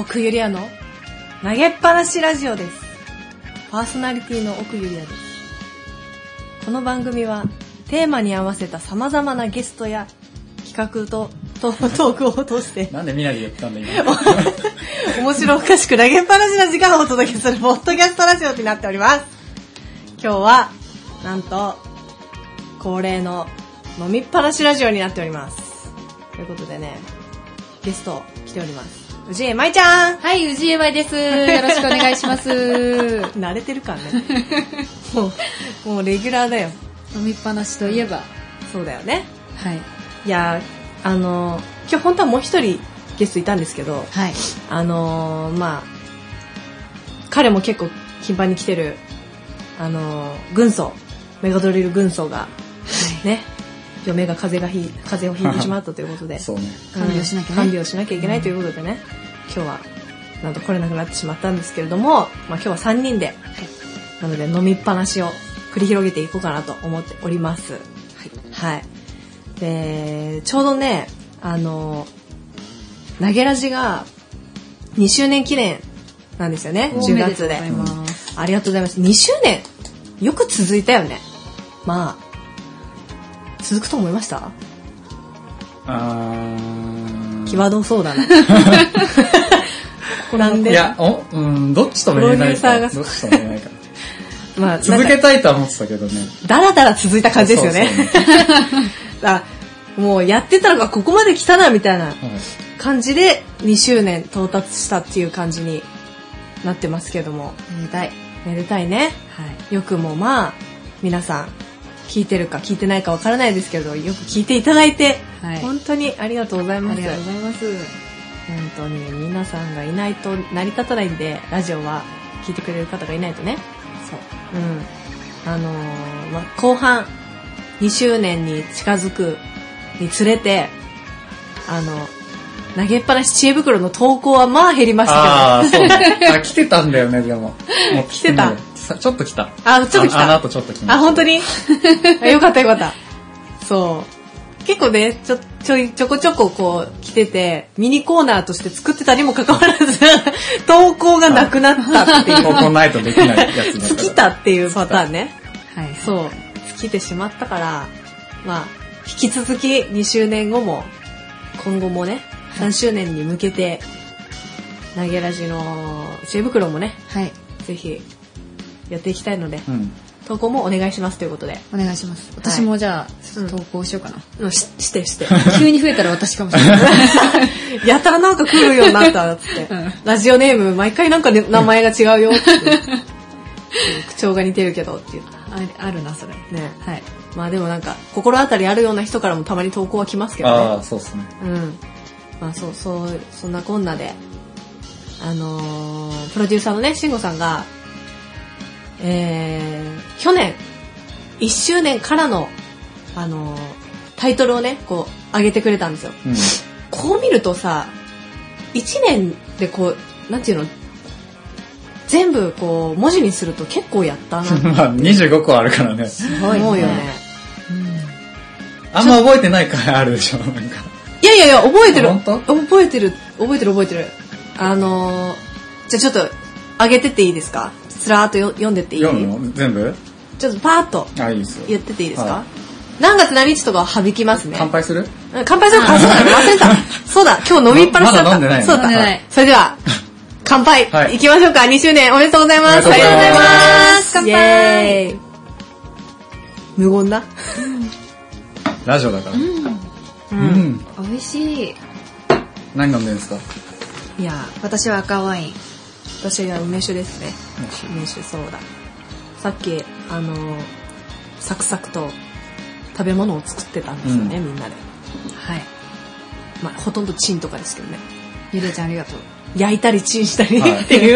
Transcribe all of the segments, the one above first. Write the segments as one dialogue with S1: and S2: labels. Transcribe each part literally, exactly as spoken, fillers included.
S1: 奥ゆりやの投げっぱなしラジオです。パーソナリティの奥ゆりやです。この番組はテーマに合わせた様々なゲストや企画とトークを通して
S2: なんでみなり言ったんだ今
S1: 面白おかしく投げっぱなしの時間をお届けするポッドキャストラジオになっております。今日はなんと恒例の飲みっぱなしラジオになっております。ということでね、ゲスト来ております。氏家舞ちゃん。
S3: はい、氏家舞です。よろしくお願いします。
S1: 慣れてるからね。もうもうレギュラーだよ。
S3: 飲みっぱなしといえば、
S1: そうだよね。
S3: はい。
S1: いやあの今日本当はもう一人ゲストいたんですけど、
S3: はい。
S1: あのまあ彼も結構頻繁に来てるあの軍曹メガドリル軍曹が、はい、ね。嫁が風邪がひ風邪をひいてしまったということで、
S2: そうね。
S3: 看病しなきゃね。
S1: 看病しなきゃいけないということでね、うん、今日はなんと来れなくなってしまったんですけれども、まあ今日はさんにんで、はい、なので飲みっぱなしを繰り広げていこうかなと思っております。はい。はい。で、ちょうどね、あの投げラジがにしゅうねん記念なんですよね。じゅうがつで。ありがとうございます。にしゅうねんよく続いたよね。まあ。続くと思いました？
S2: あー
S1: 際どそうだな。なんで？
S2: いや、お、うん、どっちとも言えないから。どっちとも言えないから。まあ、続けたいとは思ってたけどね。
S1: だらだら続いた感じですよね。そうそうねあ、もうやってたのがここまで来たなみたいな感じでにしゅうねん到達したっていう感じになってますけども。
S3: めでたい。
S1: めでたいね。はい。よくもまあ、皆さん、聞いてるか聞いてないかわからないですけど、よく聞いていただいて、はい、本当にありがとうございます。
S3: ありがとうございます。
S1: 本当に皆さんがいないと成り立たないんで、ラジオは聞いてくれる方がいないとね。そう。うん。あのー、ま、後半にしゅうねんに近づくにつれて、あの、投げっぱなし知恵袋の投稿はまあ減りましたけど。
S2: ああ、そうね。あ、来てたんだよね、でも。も
S1: う来てた。
S2: ちょっと来た。
S1: あ、ちょっと来た。
S2: あの後ちょっと来ました。
S1: あ、本当によかったよかった。そう。結構ね、ちょ、ちょい、ちょこちょここう来てて、ミニコーナーとして作ってたにもかかわらず、投稿がなくなったっていう。
S2: 投稿ないとできないやつだ
S1: 尽きたっていうパターンね。
S3: はい。
S1: そう。尽きてしまったから、まあ、引き続きにしゅうねんごも、今後もね、さんしゅうねんに向けて、投げラジの知恵袋もね、
S3: はい。
S1: ぜひ、やっていきたいので、
S2: うん、
S1: 投稿もお願いしますということで。
S3: お願いします。私もじゃあ、はい、投稿しようかな。
S1: うん、し, してして。
S3: 急に増えたら私かもしれない。
S1: やたらなんか来るようになったっつって、うん。ラジオネーム毎回なんか、ね、名前が違うよって。口調が似てるけどっていう。
S3: あ, あるなそれ。
S1: ね。
S3: はい。
S1: まあでもなんか心当たりあるような人からもたまに投稿は来ますけどね。
S2: ああ、そうですね。
S1: うん。まあそうそうそんなこんなで、あのー、プロデューサーのね慎吾さんが。えー、去年いっしゅうねんからの、あのー、タイトルをねこう上げてくれたんですよ、
S2: うん、
S1: こう見るとさいちねんでこうなんていうの全部こう文字にすると結構やったな
S2: まあにじゅうごこあるからね
S1: すごい思うよね、
S2: うん、あんま覚えてない回あるでしょなんか
S1: いやいやいや覚えてる
S2: 本当
S1: 覚えてる覚えてる覚えてるあのー、じゃあちょっと上げてっていいですかつらーっと読んでっていい？
S2: 読むの全部？
S1: ちょっとパーッと言ってていいですか？はい、何月何日とかは省きますね。
S2: 乾杯する？
S1: 乾杯するか。そうだ、忘れた。そうだ、今日飲みっぱなしだった。
S2: まだ飲んでないの？
S1: そうだ、
S3: 飲んでない。
S1: それでは、乾杯、はい、行きましょうか。にしゅうねんおめでとうございます。ありがとうございます。乾杯。イエーイ。無言だ。
S2: ラジオだから。うん。
S3: うん。うん、美味しい。
S2: 何飲んでるんですか？
S1: いや、
S3: 私は赤ワイン。
S1: 私は梅酒ですね。梅酒ソーダ。さっきあのー、サクサクと食べ物を作ってたんですよね、うん、みんなで。
S3: はい。
S1: まあほとんどチンとかですけどね。
S3: ゆでちゃんありがとう。
S1: 焼いたりチンしたり、はい、っていう。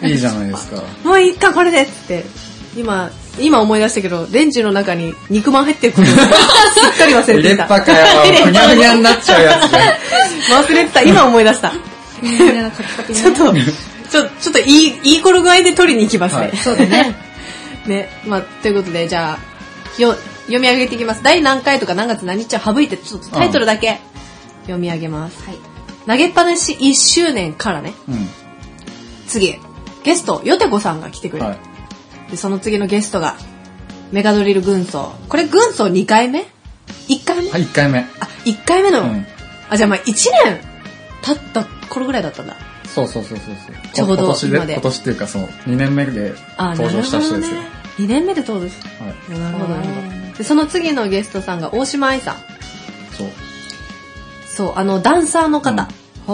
S2: いいじゃないですか。
S1: もういいかこれでっつって今今思い出したけどレンジの中に肉まん入ってることをすっかり忘れてた。
S2: 入れっぱかよ。ふにゃふにゃになっちゃうやつじゃん。
S1: 忘れてた。今思い出した。ちょっと。ちょ、ちょっといい、いい頃具合で取りに行きますね。はい、
S3: そうだね。
S1: ね。まあ、ということで、じゃあ、よ、読み上げていきます。第何回とか何月何日を省いて、ちょっとタイトルだけ読み上げます。
S3: はい。
S1: 投げっぱなしいっしゅうねんからね。
S2: うん。
S1: 次、ゲスト、ヨテコさんが来てくれる。はい、で、その次のゲストが、メガドリル軍曹。これ軍曹にかいめ ?いっ 回目
S2: はい、いっかいめ。
S1: あ、いっかいめの。うん、あ、じゃあまあいちねん経った頃ぐらいだったんだ。
S2: そうそうそうそう。
S1: ちょうど
S2: 今年で、今年っていうかそう、にねんめで登場した人ですよ。ね、
S1: にねんめで登場した。はい。なるほど、なるほど。で、その次のゲストさんが大島愛さん。
S2: そう。
S1: そう、あの、ダンサーの方。
S3: うん、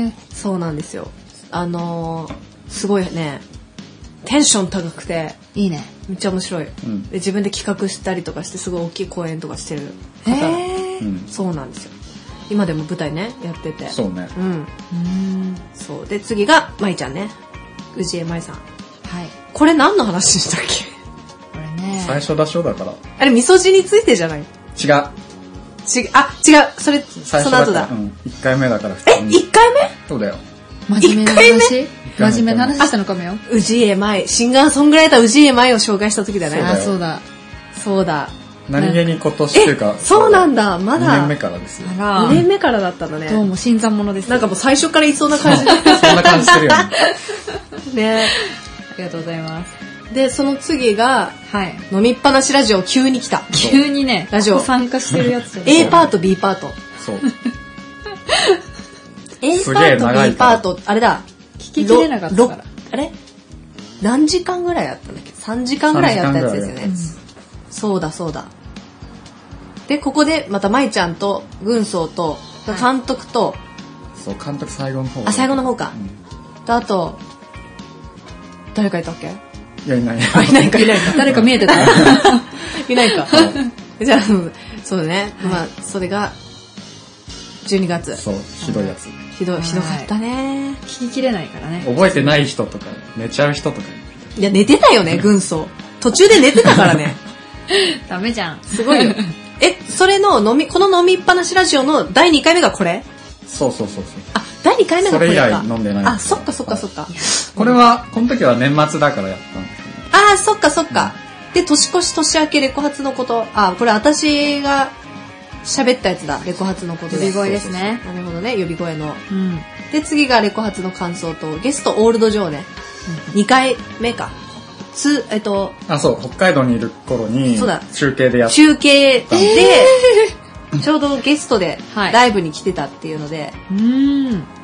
S1: へー。そうなんですよ。あのー、すごいね、テンション高くて。
S3: いいね。
S1: めっちゃ面白い、うん、で自分で企画したりとかしてすごい大きい公演とかしてる方、
S3: へ
S1: ー、そうなんですよ。今でも舞台ねやってて。
S2: そうね。
S1: うん。うんそうで次がまいちゃんね。氏家まいさん。はい。これ何の話したっけ？
S3: これね。
S2: 最初だしょだから。
S1: あれ味噌汁についてじゃない？違う。
S2: 違う。あ
S1: 違うそれその後だ。
S2: うん。いっかいめだから普
S1: 通に。えいっかいめ？
S2: そうだよ。
S3: 真面目な話？真面目な話したのかもよ。
S1: 氏家舞、シンガーソングライター氏家舞を紹介した時だね。
S3: あ、そうだ。
S1: そうだ。
S2: 何気に今年っていうか。
S1: そうなんだ。まだ。
S2: にねんめからですよ。
S1: にねんめからだったのね。
S3: どうも新参者です。
S1: なんかもう最初からいそうな感じ。そ
S2: んな感じするよね。
S1: ね。
S3: ありがとうございます。
S1: で、その次が、はい。飲みっぱなしラジオ急に来た。
S3: 急にね、
S1: ラジオ。
S3: 参加してるやつじゃ
S1: ない。A パート、B パート。
S2: そう。
S1: A パート、B パート、あれだ。
S3: 聞ききれなかったから。
S1: あれ何時間ぐらいやったんだっけ ?さん 時間ぐらいやったやつですよね。うん、そうだそうだ。で、ここでまた舞ちゃんと軍曹と監督と、はい、
S2: そう、監督最後の方。
S1: あ、最後の方か。うん、とあと、誰かいたっけ？
S2: いや、いない。
S1: あ、いないかいないか。
S3: 誰か見えてた
S1: いないか。じゃあ、そうだね。はい、まあ、それが、じゅうにがつ。
S2: そう、ひどいやつ。
S1: ひどい、ひどかったね。
S3: 聞ききれないからね。
S2: 覚えてない人とか、寝ちゃう人とか。
S1: いや、寝てたよね、軍曹。途中で寝てたからね。
S3: ダメじゃん。
S1: すごいよ。え、それの飲み、この飲みっぱなしラジオのだいにかいめがこれ？
S2: そうそうそうそう。
S1: あ、だいにかいめがこれか。
S2: それ以来飲んでない。
S1: あ、そっかそっかそっか。
S2: これは、この時は年末だからやったんですけ
S1: ど。あ、そっかそっか。で、年越し年明けレコ発のこと。あ、これ私が喋ったやつだ。レコ発のことで。
S3: 呼び声ですね。
S1: なるほどね、呼び声の。うん。で、次がレコ発の感想と、ゲストオールドジョーね。うん、にかいめか。つ、えっと。
S2: あ、そう、北海道にいる頃に、
S1: そうだ。
S2: 中継でやった。
S1: 中継で、ちょうどゲストでライブに来てたっていうので、はい、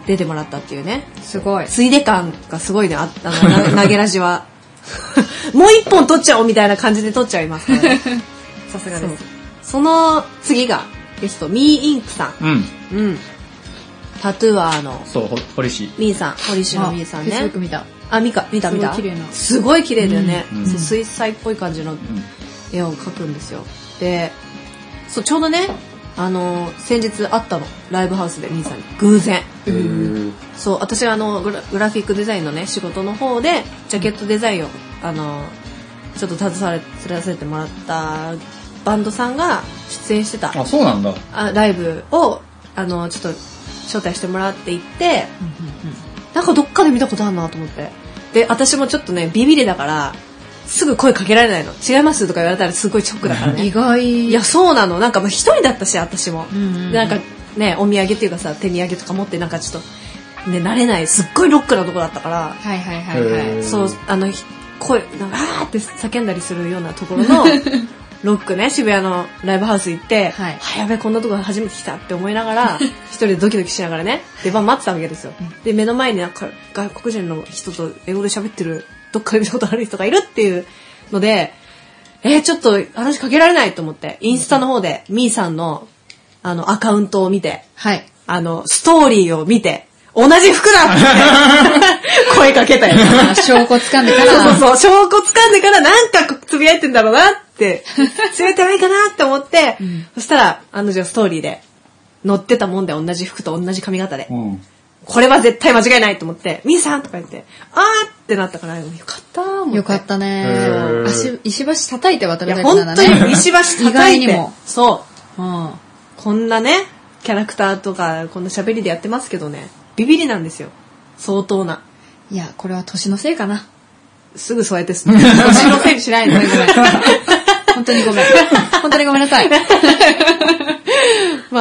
S1: 出てもらったっていうね。
S3: すごい。
S1: ついで感がすごいね、あったの、投げラジは。もう一本撮っちゃおうみたいな感じで撮っちゃいますからね。さすがです。その次が、ゲスト、ミーインクさん。うん。うん。タトゥアーの。
S2: そう、堀市。
S1: ミーさん、堀市のミーさんね。
S3: フェイスブック見た。
S1: あ、見た、見た、見た。
S3: すごい綺麗な。
S1: すごい綺麗だよね。
S3: うん、
S1: そう水彩っぽい感じの絵を描くんですよ。で、そう、ちょうどね、あの、先日会ったの。ライブハウスでミーさんに。偶然。
S2: うん、
S1: そう、私はあのグラ、グラフィックデザインのね、仕事の方で、ジャケットデザインを、あの、ちょっと携わらせてもらったバンドさんが出演してた。
S2: あ、そうなんだ。
S1: あライブを、あの、ちょっと招待してもらって行って、なんかどっかで見たことあるなと思って。で、私もちょっとね、ビビりだから、すぐ声かけられないの。違いますとか言われたらすごいショックだからね。
S3: 意外。
S1: いや、そうなの。なんかもう一人だったし、私も。うんうんうん、なんかね、お土産っていうかさ、手土産とか持ってなんかちょっと、ね、慣れない、すっごいロックなとこだったから。
S3: はいはいはいはい。
S1: そう、あの、声、なんか、あーって叫んだりするようなところの、ロックね、渋谷のライブハウス行って、はい、あ、やべえ、こんなとこ初めて来たって思いながら、一人でドキドキしながらね、出番待ってたわけですよ。で、目の前になんか外国人の人と英語で喋ってる、どっかで見たことある人がいるっていうので、えー、ちょっと話しかけられないと思って、インスタの方で、ミーさんの、あの、アカウントを見て、はい。あの、ストーリーを見て、同じ服だって声かけたよ。
S3: 証拠掴んでから。
S1: そうそうそう、証拠掴んでからなんかつぶやいてんだろうなって、つぶやいてないかなって思って、うん、そしたら、あの、じゃあストーリーで載ってたもんで同じ服と同じ髪型で、うん、これは絶対間違いないと思って、ミーさんとか言って、あーってなったから、よかったー思って。
S3: よかったねー。足、石橋叩いて渡るだけ
S1: なんだね。いや、本当に石橋叩いて。意外にも。そう、
S3: うん。
S1: こんなね、キャラクターとか、こんな喋りでやってますけどね、ビビりなんですよ。相当な。
S3: いや、これは年のせいかな。
S1: すぐそうやってす、年のせいにしないの。ごめんごめん。
S3: 本当にごめん。本当にごめんなさい。
S1: まあ、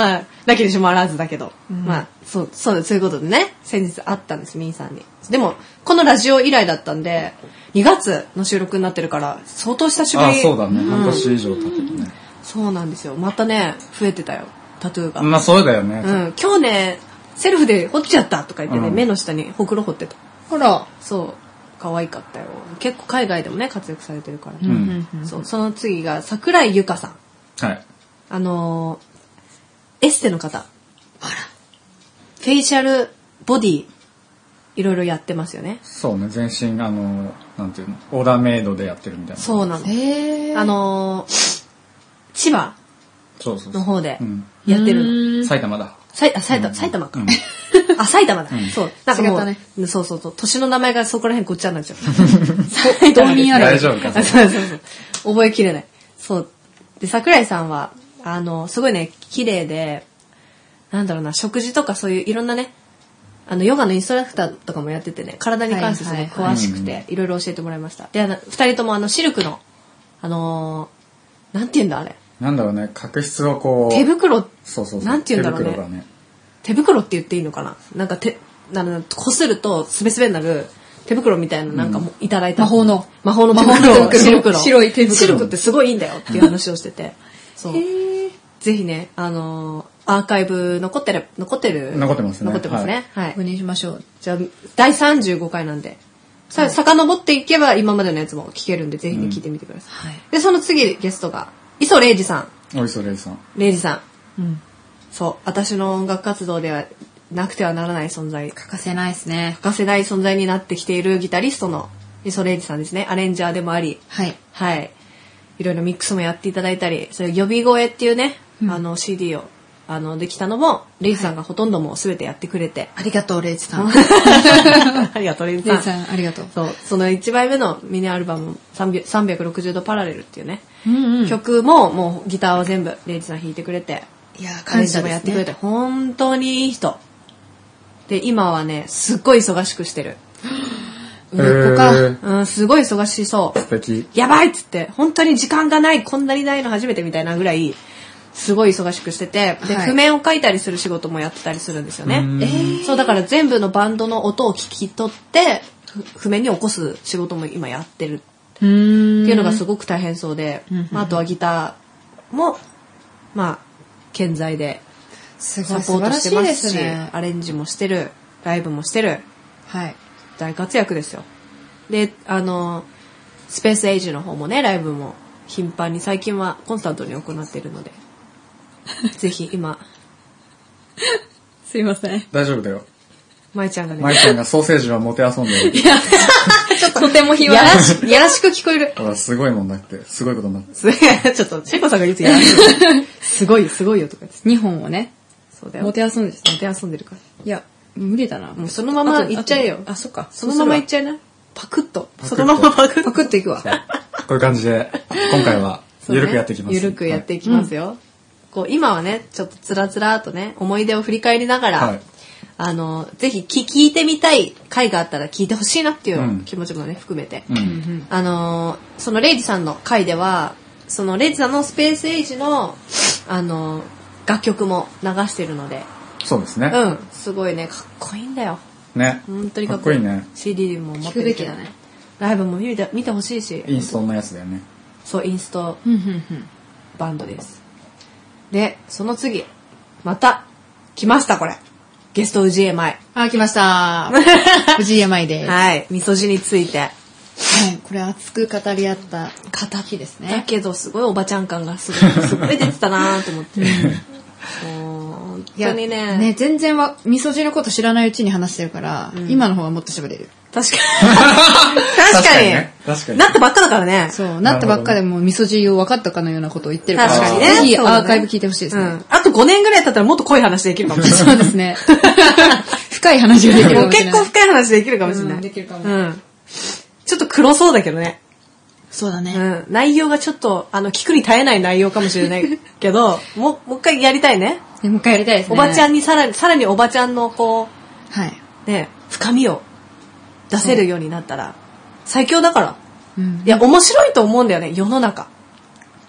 S1: だけでしもあらずだけど。うん、まあ、そう、そう、そういうことでね、先日会ったんです、みーさんに。でも、このラジオ以来だったんで、にがつの収録になってるから、相当久しぶり。
S2: あ、そうだね。うん、半年以上経ってるね。
S1: そうなんですよ。またね、増えてたよ、タトゥーが。
S2: まあ、そうだよね。
S1: うん、今日ね、セルフで彫っちゃったとか言ってね、うん、目の下にほくろ彫ってた。
S3: ほら。
S1: そう。可愛かったよ。結構海外でもね、活躍されてるから。
S2: うん。
S1: そう、その次が、桜井由香さん。
S2: はい。
S1: あのー、エステの方。
S3: あら。
S1: フェイシャル、ボディ、いろいろやってますよね。
S2: そうね、全身、あのー、なんていうの、オーダーメイドでやってるみたいな。
S1: そうなの。
S3: へー。
S1: あのー、千葉の方でやってるの。
S2: 埼玉だ。
S1: さいあ埼玉、埼玉か。あ、埼玉だ。そう。なんかもう、そうそうそう。年の名前がそこら辺ごっちゃになっちゃう。
S3: どうにある。
S2: 大丈夫か。
S1: そうそうそう。覚えきれない。そう。で、桜井さんは、あの、すごいね、綺麗で、なんだろうな、食事とかそういういろんなね、あの、ヨガのインストラクターとかもやっててね、体に関してすごい詳しくて、いろいろ教えてもらいました。で、あの、二人ともあの、シルクの、あのー、なんて言うんだあれ。
S2: なんだろうね、角質をこう。
S1: 手袋。
S2: そうそうそう。
S1: なんて言うんだろうね。
S2: 手袋がね。
S1: 手袋って言っていいのかな、なんか手、なの、こするとすべすべになる手袋みたいななんかもいただいた、
S3: うん、魔法の。
S1: 魔法の手袋。シルクの。
S3: 白い手袋。
S1: シルクってすごいいいんだよっていう話をしてて。そう。ぜひね、あのー、アーカイブ残ってる、残ってる。
S2: 残ってますね。
S1: 残ってますね。はい。
S3: 確認しましょう。
S1: じゃあ、だいさんじゅうごかいなんで。さ、遡っていけば今までのやつも聞けるんで、ぜひね、聞いてみてください。
S3: はい。
S1: で、その次ゲストが、磯礼二さん。
S2: お磯礼二さん。
S1: 礼二さ
S3: ん。うん。
S1: そう、私の音楽活動ではなくてはならない存在。
S3: 欠かせないですね。
S1: 欠かせない存在になってきているギタリストの磯礼二さんですね。アレンジャーでもあり。
S3: はい。
S1: はい。いろいろミックスもやっていただいたり、それ呼び声っていうね、
S3: うん、
S1: あの シーディー を、あの、できたのも、レイジさんがほとんどもう全てやってくれて。
S3: ありがとう、レイジさん。
S1: ありがとう、レイジさん。
S3: レイジさん、ありがとう。
S1: そう。そのいちまいめのミニアルバム、さんびゃくろくじゅうどパラレルっていうね、
S3: うんうん、
S1: 曲ももうギターを全部レイジさん弾いてくれて、
S3: いやー、感謝ですね。
S1: もやってくれて、本当にいい人。で、今はね、すっごい忙しくしてる。
S3: 売れっ子か。
S1: うん、すごい忙しそう。
S2: 素敵。
S1: やばいっつって、本当に時間がない、こんなにないの初めてみたいなぐらい、すごい忙しくしてて、で、はい、譜面を書いたりする仕事もやってたりするんですよね。えー、そう、だから全部のバンドの音を聞き取って、譜面に起こす仕事も今やってる。っていうのがすごく大変そうで、まあ、あとはギターも、まあ、健在で、サポートしてますし、ね、アレンジもしてる、ライブもしてる。
S3: はい。
S1: 大活躍ですよ。で、あの、スペースエイジの方もね、ライブも頻繁に最近はコンスタントに行っているので、ぜひ今、
S3: すいません。
S2: 大丈夫だよ。
S1: まいちゃんがね。
S2: まいちゃんがソーセージはもてあそんでる。
S1: いや、ちょっととてもひわやらし、やらしく聞こえる。
S2: ほら、すごいもんなくて、すごいことになって。
S1: ちょっと、シェコさんが言うとやらしい。すごい、すごいよとか言って。
S3: にほんをね。
S1: そうだよ。
S3: もてあそんでる。
S1: もてあそんでるから。
S3: いや、無理だな。
S1: もうそのままいっちゃえよ。
S3: あ、そっか。
S1: そのままいっちゃいな。パクッと。そのままパクッと。
S3: パクッといくわ。
S2: こういう感じで、今回は、ゆるくやっていきます。
S1: ゆるくやっていきますよ。こう、今はね、ちょっとつらつらとね、思い出を振り返りながら、あの、ぜひ聞いてみたい回があったら聞いてほしいなっていう気持ちもね、含めて。あの、そのレイジさんの回では、そのレイジさんのスペースエイジの、あの、楽曲も流してるので、
S2: そうですね。
S1: うん。すごいね、かっこいいんだよ。
S2: ね。
S1: 本当にかっこいい。
S2: かっこいいね。
S1: シーディー も持ってる。
S3: 聞くべきだね。
S1: ライブも見て、見てほしいし。
S2: インストのやつだよね。
S1: そう、インストバンドです。で、その次、また、来ました、これ。ゲスト、宇治江舞。
S3: あ、来ました。宇治江舞です。
S1: はい、味噌汁について。
S3: はい、これ熱く語り合った日ですね。
S1: だけど、すごいおばちゃん感がすごい、すごい出てたなと思って。本当にね。
S3: ね、全然は、味噌汁のこと知らないうちに話してるから、うん、今の方がもっと喋れる。
S1: 確かに。確かに。
S2: 確かに。
S1: なったばっかだからね。
S3: そう、なったばっかでもう味噌汁を分かったかのようなことを言ってるから。
S1: 確かにね。
S3: ぜひアーカイブ聞いてほしいですね。うん、
S1: あとごねんぐらい経ったらもっと濃い話できるかもしれない。
S3: そうですね。深い話ができるかもしれない。
S1: 結構深い話できるかもしれない。
S3: うん、できるかも。
S1: うん。ちょっと黒そうだけどね。
S3: そうだね。
S1: うん。内容がちょっと、あの、聞くに耐えない内容かもしれないけど、もう、もう一回やりたいね。
S3: もう一回やりたいですね。
S1: おばちゃんにさらに、さらにおばちゃんのこ
S3: う、はい。
S1: ね、深みを出せるようになったら、最強だから。
S3: うん。
S1: いや、面白いと思うんだよね、世の中。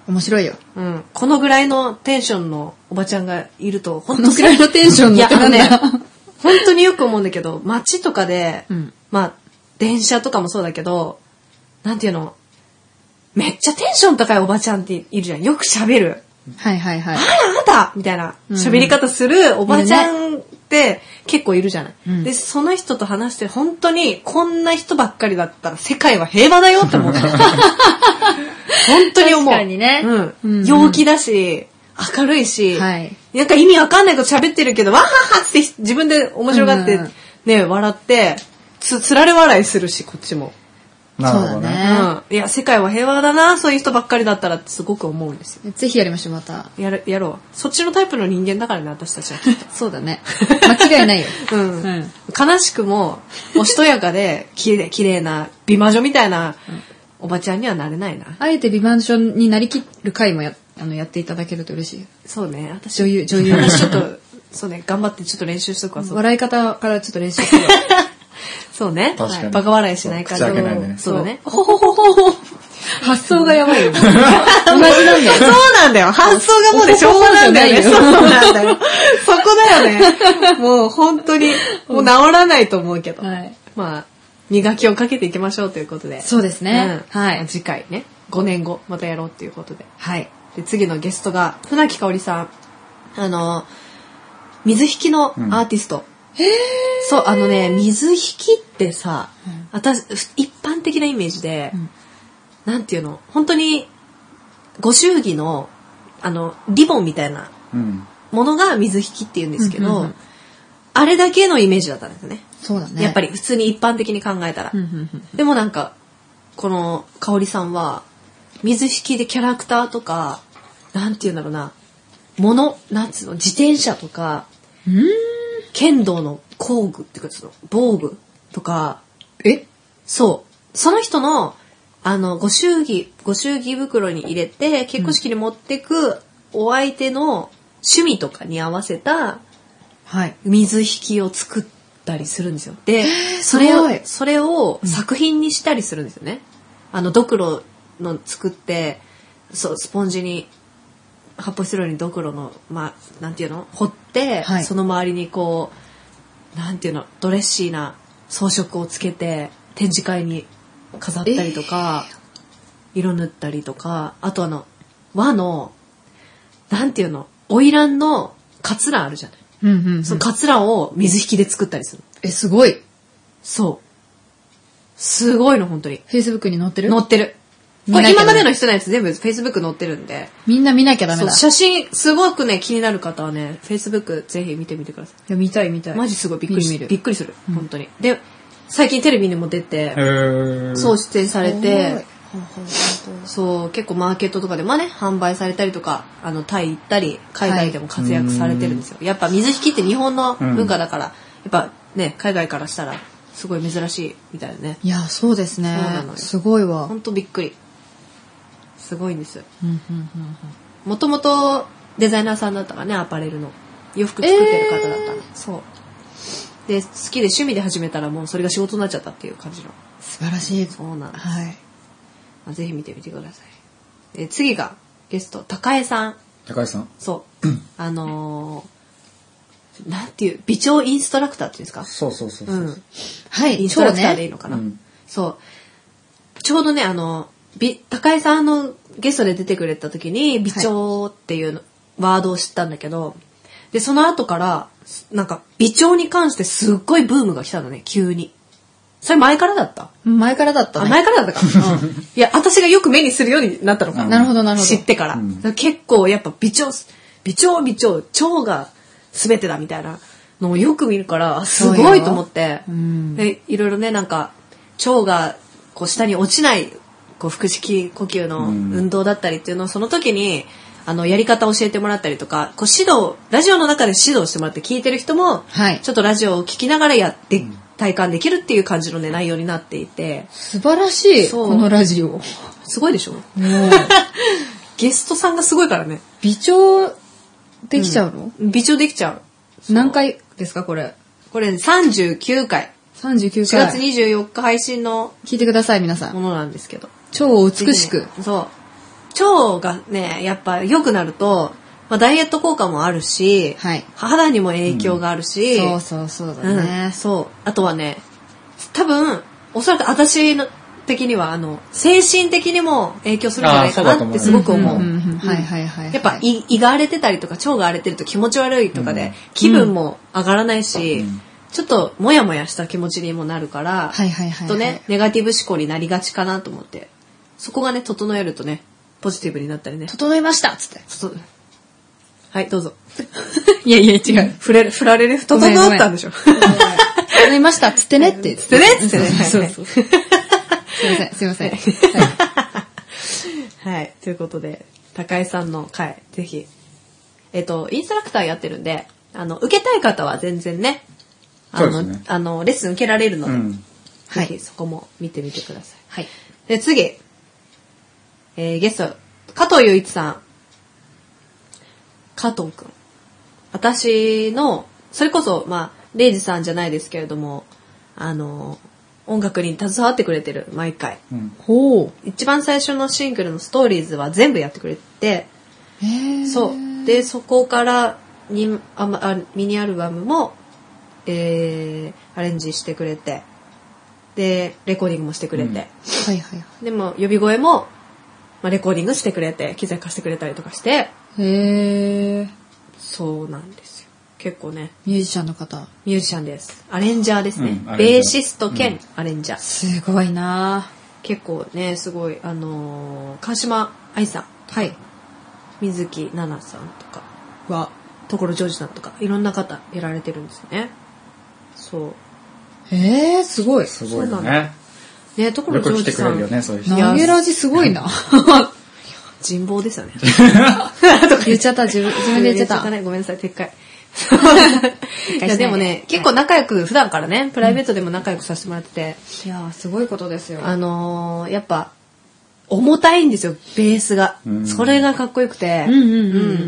S3: 面白いよ。
S1: うん。このぐらいのテンションのおばちゃんがいると、
S3: このぐらいのテンションの
S1: いや、あのね、本当によく思うんだけど、街とかで、うん、まあ、電車とかもそうだけど、なんていうの、めっちゃテンション高いおばちゃんっているじゃん。よく喋る。
S3: はいはいはい。
S1: あらあなたみたいな喋り方するおばちゃんって結構いるじゃない。うん、で、その人と話して本当にこんな人ばっかりだったら世界は平和だよって思う。本当に思う。
S3: 確かにね。
S1: うん。うん、陽気だし、明るいし、はい、なんか意味わかんないこと喋ってるけど、わははって自分で面白がって、ね、笑って、つ、つられ笑いするし、こっちも。
S2: なるほどね。
S1: うん。いや、世界は平和だな、そういう人ばっかりだったらってすごく思うんですよ。
S3: ぜひやりましょう、また。
S1: やる、やろう。そっちのタイプの人間だからね、私たちは。
S3: そうだね。間違いないよ。
S1: うん。うん、悲しくも、おしとやかで、きれい、綺麗な美魔女みたいな、おばちゃんにはなれないな。
S3: あえて美魔女になりきる回もや、あの、やっていただけると嬉しい。
S1: そうね、私。
S3: 女優、女優。
S1: 私ちょっと、そうね、頑張ってちょっと練習しとくわ。
S3: 笑い方からちょっと練習しとくわ。
S1: そうね。
S2: 確かに。
S1: バカ笑いしないから。
S2: そうね。
S1: そうだね。
S3: ほほほほほ。発想がやばいよ。同じなんだよ。
S1: そうなんだよ。発想がもうね、昭和なんだよね。そうなんだよ。そこだよね。もう本当に、もう治らないと思うけど。はい、まあ、磨きをかけていきましょうということで。
S3: そうですね。
S1: うん、はい。次回ね、ごねんごまたやろうっていうことで。はい。で、次のゲストが、船木かおりさん。あの、水引きのアーティスト。うん
S3: へー
S1: そう、あのね、水引きってさ、うん、私、一般的なイメージで、うん、なんていうの、本当に、ご祝儀の、あの、リボンみたいなものが水引きって言うんですけど、うんうんうん、あれだけのイメージだったんですよね。
S3: そうだね。
S1: やっぱり普通に一般的に考えたら。うんうんうん、でもなんか、この、かおりさんは、水引きでキャラクターとか、なんていうんだろうな、もの、なんつうの、自転車とか、
S3: うーん
S1: 剣道の工具っていうかその防具とか、
S3: え
S1: そう。その人の、あの、ご祝儀、ご祝儀袋に入れて、結婚式に持ってくお相手の趣味とかに合わせた、はい。水引きを作ったりするんですよ。で、それを、それを作品にしたりするんですよね。うん、あの、ドクロの作って、そう、スポンジに、発泡スチロールにドクロの、まあ、なんていうの掘って、はい、その周りにこう、なんていうのドレッシーな装飾をつけて、展示会に飾ったりとか、えー、色塗ったりとか、あとあの、和の、なんていうの花魁のカツラあるじゃない。
S3: うんうんうん、
S1: そのカツラを水引きで作ったりする。
S3: え、すごい。
S1: そう。すごいの、本当に。
S3: Facebook に載ってる？
S1: 載ってる。これ今までの人のやつ全部 Facebook 載ってるんで。
S3: みんな見なきゃダメだ。
S1: 写真、すごくね、気になる方はね、Facebook ぜひ見てみてください。
S3: いや、見たい見たい。
S1: マジすごいびっくりする。びっくりする。本当に。で、最近テレビにも出て、そう出演されて、そう、結構マーケットとかでもね、販売されたりとか、あの、タイ行ったり、海外でも活躍されてるんですよ。はい、やっぱ水引きって日本の文化だから、やっぱね、海外からしたら、すごい珍しいみたいなね。
S3: いや、そうですね。そうなのよ。すごいわ。
S1: ほんとびっくり。すごいんです。もともとデザイナーさんだったからね、アパレルの。洋服作ってる方だったの。えー、そう。で、好きで趣味で始めたらもうそれが仕事になっちゃったっていう感じの。
S3: 素晴らしい。
S1: そうなんです。
S3: はい。
S1: まあ、ぜひ見てみてください。で、次がゲスト、高江さん。
S2: 高江さん
S1: そう。あのー、なんていう、美調インストラクターっていうんですか？
S2: そうそうそうそう、うん。
S1: はい、インストラクターでいいのかな、ねうん、そう。ちょうどね、あの、美高江さんのゲストで出てくれた時に美調っていうワードを知ったんだけど、はい、でその後からなんか美調に関してすっごいブームが来たのね、急に。それ前からだった？
S3: 前からだったね。
S1: あ、前からだったか。うん、いや、私がよく目にするようになったのか。
S3: なるほどなるほど。
S1: 知ってから。うん、から結構やっぱ美調美調美調調が全てだみたいなのをよく見るからすごいと思って、うん、でいろいろねなんか腸がこう下に落ちないこう腹式呼吸の運動だったりっていうのをその時にあのやり方を教えてもらったりとかこう指導ラジオの中で指導してもらって聞いてる人も、はい、ちょっとラジオを聞きながらやって体感できるっていう感じのね内容になっていて
S3: 素晴らしいこのラジオ
S1: すごいでしょゲストさんがすごいからね
S3: 美調できちゃうの、
S1: うん、美調できちゃ
S3: う何回ですかこれ
S1: これさんじゅうきゅうかい
S3: さんじゅうきゅうかい
S1: しがつにじゅうよっか配信の
S3: 聞いてください皆さん
S1: ものなんですけど
S3: 超美しく
S1: そう腸がね、やっぱ良くなると、まあ、ダイエット効果もあるし、はい、肌にも影響があるし、
S3: うん、そうそうそうだね、
S1: うん、そう。あとはね、多分、おそらく私の的には、あの、精神的にも影響するんじゃないかなってすごく思う。
S3: はいはいはい。
S1: やっぱ胃、胃が荒れてたりとか、腸が荒れてると気持ち悪いとかで、気分も上がらないし、うん、ちょっともやもやした気持ちにもなるから、
S3: はいはいはい、はい。
S1: とね、ネガティブ思考になりがちかなと思って、そこがね、整えるとね、ポジティブになったりね。
S3: 整えましたっつって。
S1: はい、どうぞ。
S3: いやいや、違う。
S1: 振れ、振られる、整ったんでしょ。
S3: 整いましたっつってねって。
S1: つってねっつってね。
S3: そうそう。すいません、すいません。
S1: はい、ということで、高井さんの回、ぜひ、えっと、インストラクターやってるんで、あの、受けたい方は全然ね、あの、ね、あの、レッスン受けられるので、うん、ぜひそこも見てみてください。はい。で、次、えー、ゲスト、加藤雄一さん。加藤くん。私の、それこそ、まあ、レイジさんじゃないですけれども、あの、音楽に携わってくれてる、毎回。うん、ほう。一番最初のシングルのストーリーズは全部やってくれて、へそう。で、そこからにああミニアルバムも、えー、アレンジしてくれて、で、レコーディングもしてくれて。うん、はいはい。でも、呼び声も、まあ、レコーディングしてくれて、機材貸してくれたりとかして、へー。そうなんですよ。結構ね。
S3: ミュージシャンの方。
S1: ミュージシャンです。アレンジャーですね。うん、ベーシスト兼アレンジャー。うん、
S3: すごいな
S1: 結構ね、すごい、あのー、川島愛さん。はい。水木奈々さんとかは、所ジョージさんとか、いろんな方やられてるんですよね。そう。
S3: へー、すごい。
S2: すごいね。
S1: ね、所ジョージさん。
S2: よく来てくれるよね、そういう
S3: 人。投げラジすごいな。
S1: 人望ですよね。
S3: 言っちゃった、自分、自分で言っちゃった。
S1: 言っちゃったね、ごめんなさい、撤回。いやでもね、結構仲良く、普段からね、プライベートでも仲良くさせてもらってて。
S3: いやー、すごいことですよ。
S1: あのー、やっぱ、重たいんですよ、ベースが。それがかっこよくて。うんうんうん。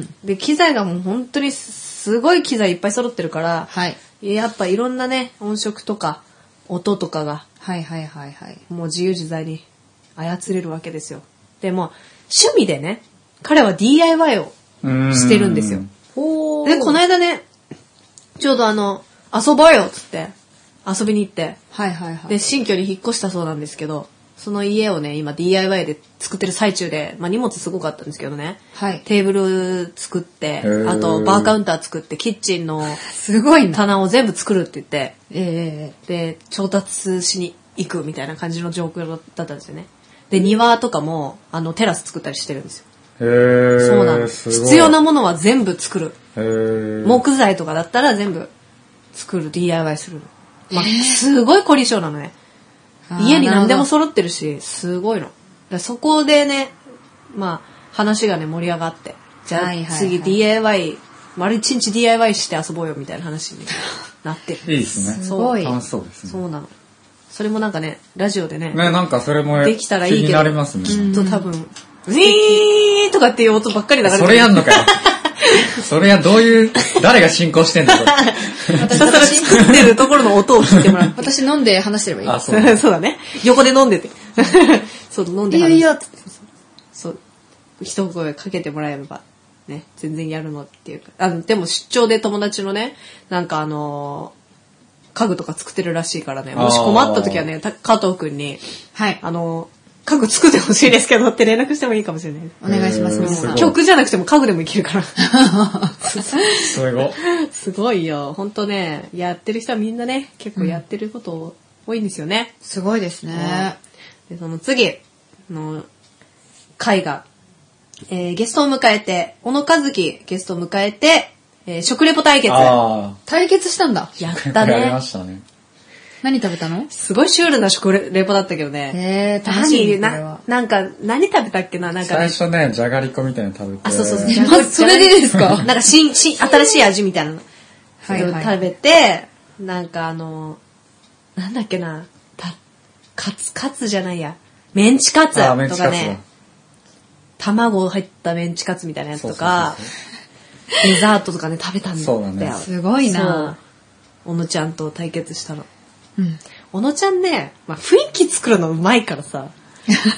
S1: で、機材がもう本当にすごい機材いっぱい揃ってるから、はい。やっぱいろんなね、音色とか、音とかが、
S3: はいはいはいはい。
S1: もう自由自在に操れるわけですよ。でも、趣味でね、彼は ディーアイワイ をしてるんですよ。で、この間ね、ちょうどあの、遊ぼうよっつって、遊びに行って、はいはいはい。で、新居に引っ越したそうなんですけど、その家をね、今 ディーアイワイ で作ってる最中で、まあ荷物すごかったんですけどね。はい。テーブル作って、あとバーカウンター作って、キッチンのすごい棚を全部作るって言って、ええー、で、調達しに行くみたいな感じの状況だったんですよね。で、庭とかも、あの、テラス作ったりしてるんですよ。へー。そうなんです。必要なものは全部作る。へー。木材とかだったら全部作る、ディーアイワイ するの。まあ、すごい凝り性なのね。家に何でも揃ってるし、すごいの。だそこでね、まあ、話がね、盛り上がって。じゃあ、はいはいはい、次 ディーアイワイ、丸一日 ディーアイワイ して遊ぼうよみたいな話になってる。
S2: いいですね。
S1: すごい。
S2: 楽しそうですね。
S1: そうなの。それもなんかね、ラジオでね。
S2: ね、なんかそれも
S1: できたらいいけど。
S2: 気になりますね。
S1: きっと多分、ウィーンとかっていう音ばっかり流れてる。
S2: それやんのかよ。それや、どういう、誰が進行してんだろう。
S1: 私それ作ってるところの音を聞いてもらう。
S3: 私飲んで話してればいい。
S1: あ、そう。そうだね。横で飲んでて。そう、飲んで話して。いやいや、そう。一声かけてもらえれば、ね、全然やるのっていうか。あの、でも出張で友達のね、なんかあのー、家具とか作ってるらしいからね、もし困った時はね、加藤くんに、はい。あのー、家具作ってほしいですけどって連絡してもいいかもしれない。
S3: お願いします。
S1: もう曲じゃなくても家具でもいけるから。
S2: すごい。
S1: すごいよ。ほんとね、やってる人はみんなね、結構やってること多いんですよね。
S3: うん、すごいですね。
S1: で、その次の回が、えー、ゲストを迎えて、小野和樹ゲストを迎えて、えー、食レポ対決。
S3: 対決したんだ。
S1: やったね。
S2: やりましたね。
S3: 何食べたの？
S1: すごいシュールな食レポだったけどね。へー、何な、なんか、何食べたっけななんか、
S2: ね、最初ね、じゃがりこみたいなの食べて。
S1: あ、そうそうそう。
S3: まずそれでですか？
S1: なんか、新、新、新しい味みたいなの。はいはい、食べて、なんかあの、なんだっけな、た、カツ、カツじゃないや。メンチカツとかね。卵入ったメンチカツみたいなやつとか、そうそうそうそうデザートとかね、食べたんだよ。
S2: そうだね。
S3: すごいな。
S1: 小野ちゃんと対決したの。うん。小野ちゃんね、まあ、雰囲気作るのうまいからさ。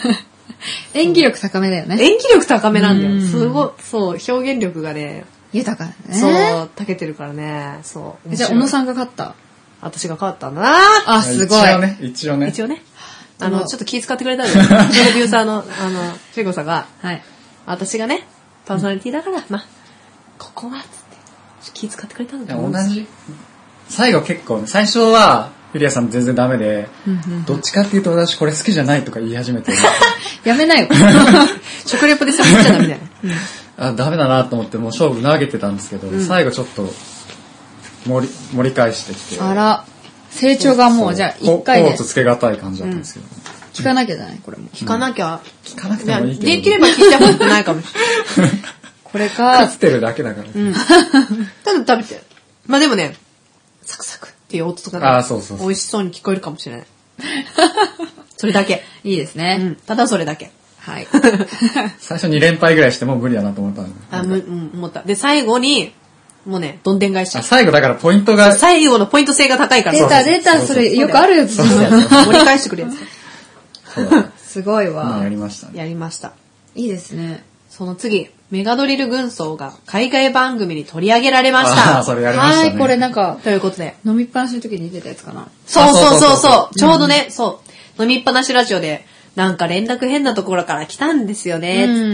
S3: 演技力高めだよね。
S1: 演技力高めなんだよ。すごい、そう、表現力がね、
S3: 豊かだね。
S1: そう、長けてるからね、そう。
S3: じゃあ、小野さんが勝った？
S1: 私が勝ったんだな
S3: あ、すごい。
S2: 一応ね、一応ね。
S1: 一応ね。あの、ちょっと気遣ってくれたんだよ。プロデューサーの、あの、シェゴさんが、はい。私がね、パーソナリティだから、まあ、ここは、つって、気遣ってくれたんだと思うんですよ。
S2: 同じ。最後結構、最初は、ユリアさん全然ダメで、どっちかっていうと私これ好きじゃないとか言い始めて。
S3: やめなよ。
S1: 食レポでさせちゃダメだよ。
S2: あ、ダメだなと思ってもう勝負投げてたんですけど、うん、最後ちょっと盛り、盛り返してきて。
S3: あら、成長がもうじゃあ一回で。
S2: コーツつけがたい感じだったんですけど、ね。
S3: 聞かなきゃじゃないこれも。
S1: 聞かなきゃ。
S2: 聞かなくてもいいけど。
S1: できれば聞いた方がないかもしれない。
S3: これか。
S2: 食ってるだけだから。うん。
S1: ただ食べてる。まあでもね、サクサクっていう音とか
S2: が美
S1: 味しそうに聞こえるかもしれない。それだけ。
S3: いいですね。うん。
S1: ただそれだけ。
S3: はい。
S2: 最初に連敗ぐらいしてもう無理だなと思ったの。
S1: あ、む、うん、思った。で、最後に、もうね、どんでん返し。
S2: あ、最後だからポイントが。
S1: 最後のポイント性が高いから。
S3: 出た出た、それよくあるやつ。
S1: 盛り返してくれるや
S3: つ。すごいわ。
S2: やりましたね。
S1: やりました。
S3: いいですね。
S1: その次、メガドリル軍曹が海外番組に取り上げられました。
S2: あ、それやりましたね。
S3: はい、これなんか、
S1: ということで。
S3: 飲みっぱなしの時に出たやつかな。
S1: そうそうそうそう。ちょうどね、そう。飲みっぱなしラジオで、なんか連絡変なところから来たんですよね、つって。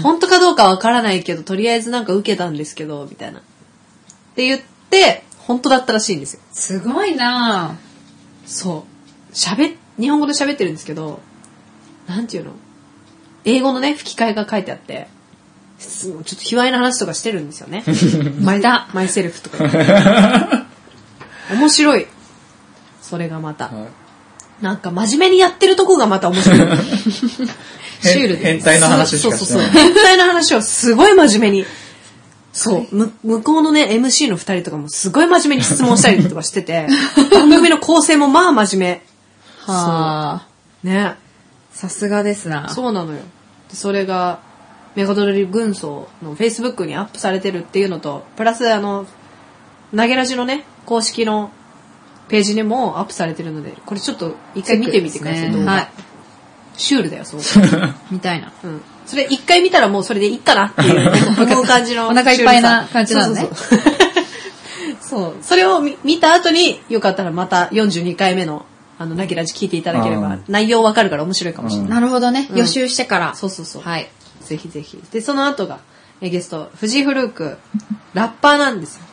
S1: 本当かどうかわからないけど、とりあえずなんか受けたんですけど、みたいな。って言って、本当だったらしいんですよ。
S3: すごいなぁ。
S1: そう。喋、日本語で喋ってるんですけど、なんていうの？英語のね、吹き替えが書いてあって、ちょっと卑猥な話とかしてるんですよね。マイダ、マイセルフとか言って。面白い。それがまた。はい、なんか真面目にやってるとこがまた面白い。シュールで。
S2: 変態の話しかしてない。
S1: そうそうそう。変態の話をすごい真面目に。そう。む、向こうのね、エムシー の二人とかもすごい真面目に質問したりとかしてて、番組の構成もまあ真面目。
S3: は
S1: ぁ。ね。
S3: さすがですな。
S1: そうなのよ。それが、メガドリル軍曹の Facebook にアップされてるっていうのと、プラスあの、投げラジのね、公式のページにもアップされてるので、これちょっと一回見てみてください、ね、動画。はい。シュールだよ、そう。
S3: みたいな。
S1: うん。それ一回見たらもうそれでいいかなっていう思う感じの。
S3: お腹いっぱいな感じなのね。
S1: そうそうそう。そう。それを見た後に、よかったらまたよんじゅうにかいめのあの、投げラジ聞いていただければ、内容わかるから面白いかもしれない。
S3: なるほどね。予習してから。
S1: そうそうそう。はい。ぜひぜひ。で、その後が、えゲスト、藤井フルーク、ラッパーなんですよ。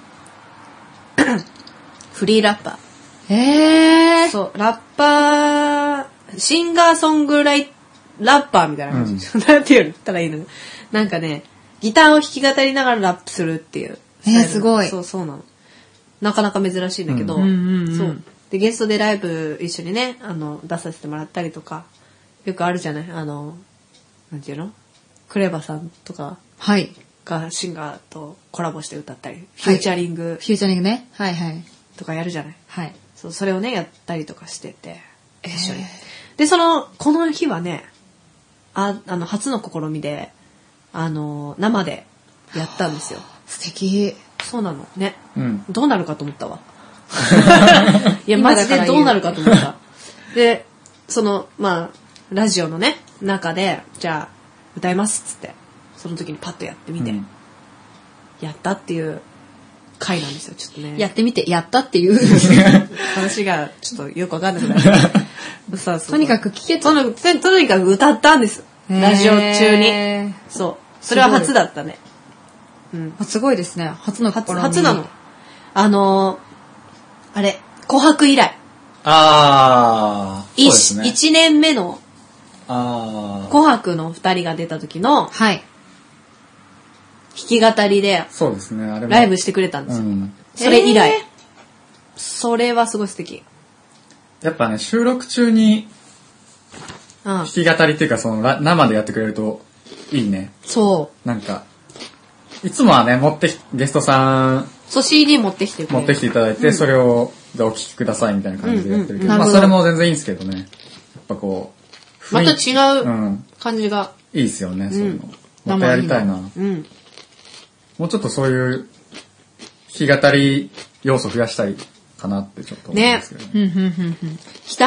S1: フリーラッパ
S3: ー。へー。
S1: そう、ラッパー、シンガーソングライ、ラッパーみたいな感じ。うん、なんて言ったらいいの？なんかね、ギターを弾き語りながらラップするっていう。
S3: えー、すごい。
S1: そう、そうなの。なかなか珍しいんだけど、うん、そう。で、ゲストでライブ一緒にね、あの、出させてもらったりとか、よくあるじゃない？あの、なんていうの？クレバさんとか、
S3: はい。
S1: がシンガーとコラボして歌ったり、フューチャリング。
S3: はい、フューチャリングね。はいはい。
S1: とかやるじゃない？
S3: はい。
S1: そう、それをね、やったりとかしてて、一緒に。で、その、この日はね、あ、あの、初の試みで、あの、生でやったんですよ。
S3: 素敵。
S1: そうなの。ね。
S2: うん。
S1: どうなるかと思ったわ。いや、マジでどうなるかと思った。で、その、まあ、ラジオのね、中で、じゃあ、歌いますっつって、その時にパッとやってみて、うん、やったっていう回なんですよ、ちょっとね。
S3: やってみて、やったっていう
S1: 話がちょっとよくわかんなくなる。そうそう。
S3: とにかく聞け
S1: と。と, とにかく歌ったんです。ラジオ中に。そう。それは初だったね。
S3: うん。すごいですね。初の試み。
S1: 初なの。あのー、あれ、紅白以来。
S2: あー。そうですね。
S1: いちねんめの、
S2: あ
S1: 紅白の二人が出た時の、
S3: はい。
S1: 弾き語りで、
S2: そうですね、あれ
S1: ライブしてくれたんですよ。うん、それ以来。それはすごい素敵。
S2: やっぱね、収録中に、弾き語りっていうか、その、生でやってくれるといいね。
S1: そう。
S2: なんか、いつもはね、持って、ゲストさん、
S1: そう、シーディー 持ってきてくれる。
S2: 持ってきていただいて、うん、それを、じゃあお聴きくださいみたいな感じでやってるけど、うんうんうん、まあそれも全然いいんですけどね。やっぱこ
S1: う、また違う感じが。
S2: うん、いいですよね、そういうの。またやりたいな。
S1: うん。
S2: もうちょっとそういう、弾き語り要素増やしたいかなってちょっと思うんですけどね。
S3: ね。
S1: ギターの人と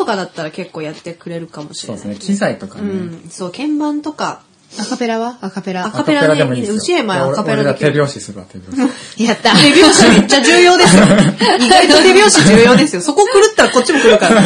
S1: かだったら結構やってくれるかもしれない。
S2: そうですね。機材とかね。
S1: うん。そう、鍵盤とか。
S3: アカペラはアカペラ。
S1: アカペラ
S2: でもいいですよ。
S1: うちへ前アカペラだけ。
S2: 手拍子するわ、手拍子。
S3: やった
S1: 手拍子めっちゃ重要ですよ。意外と手拍子重要ですよ。そこ狂ったらこっちも来るから。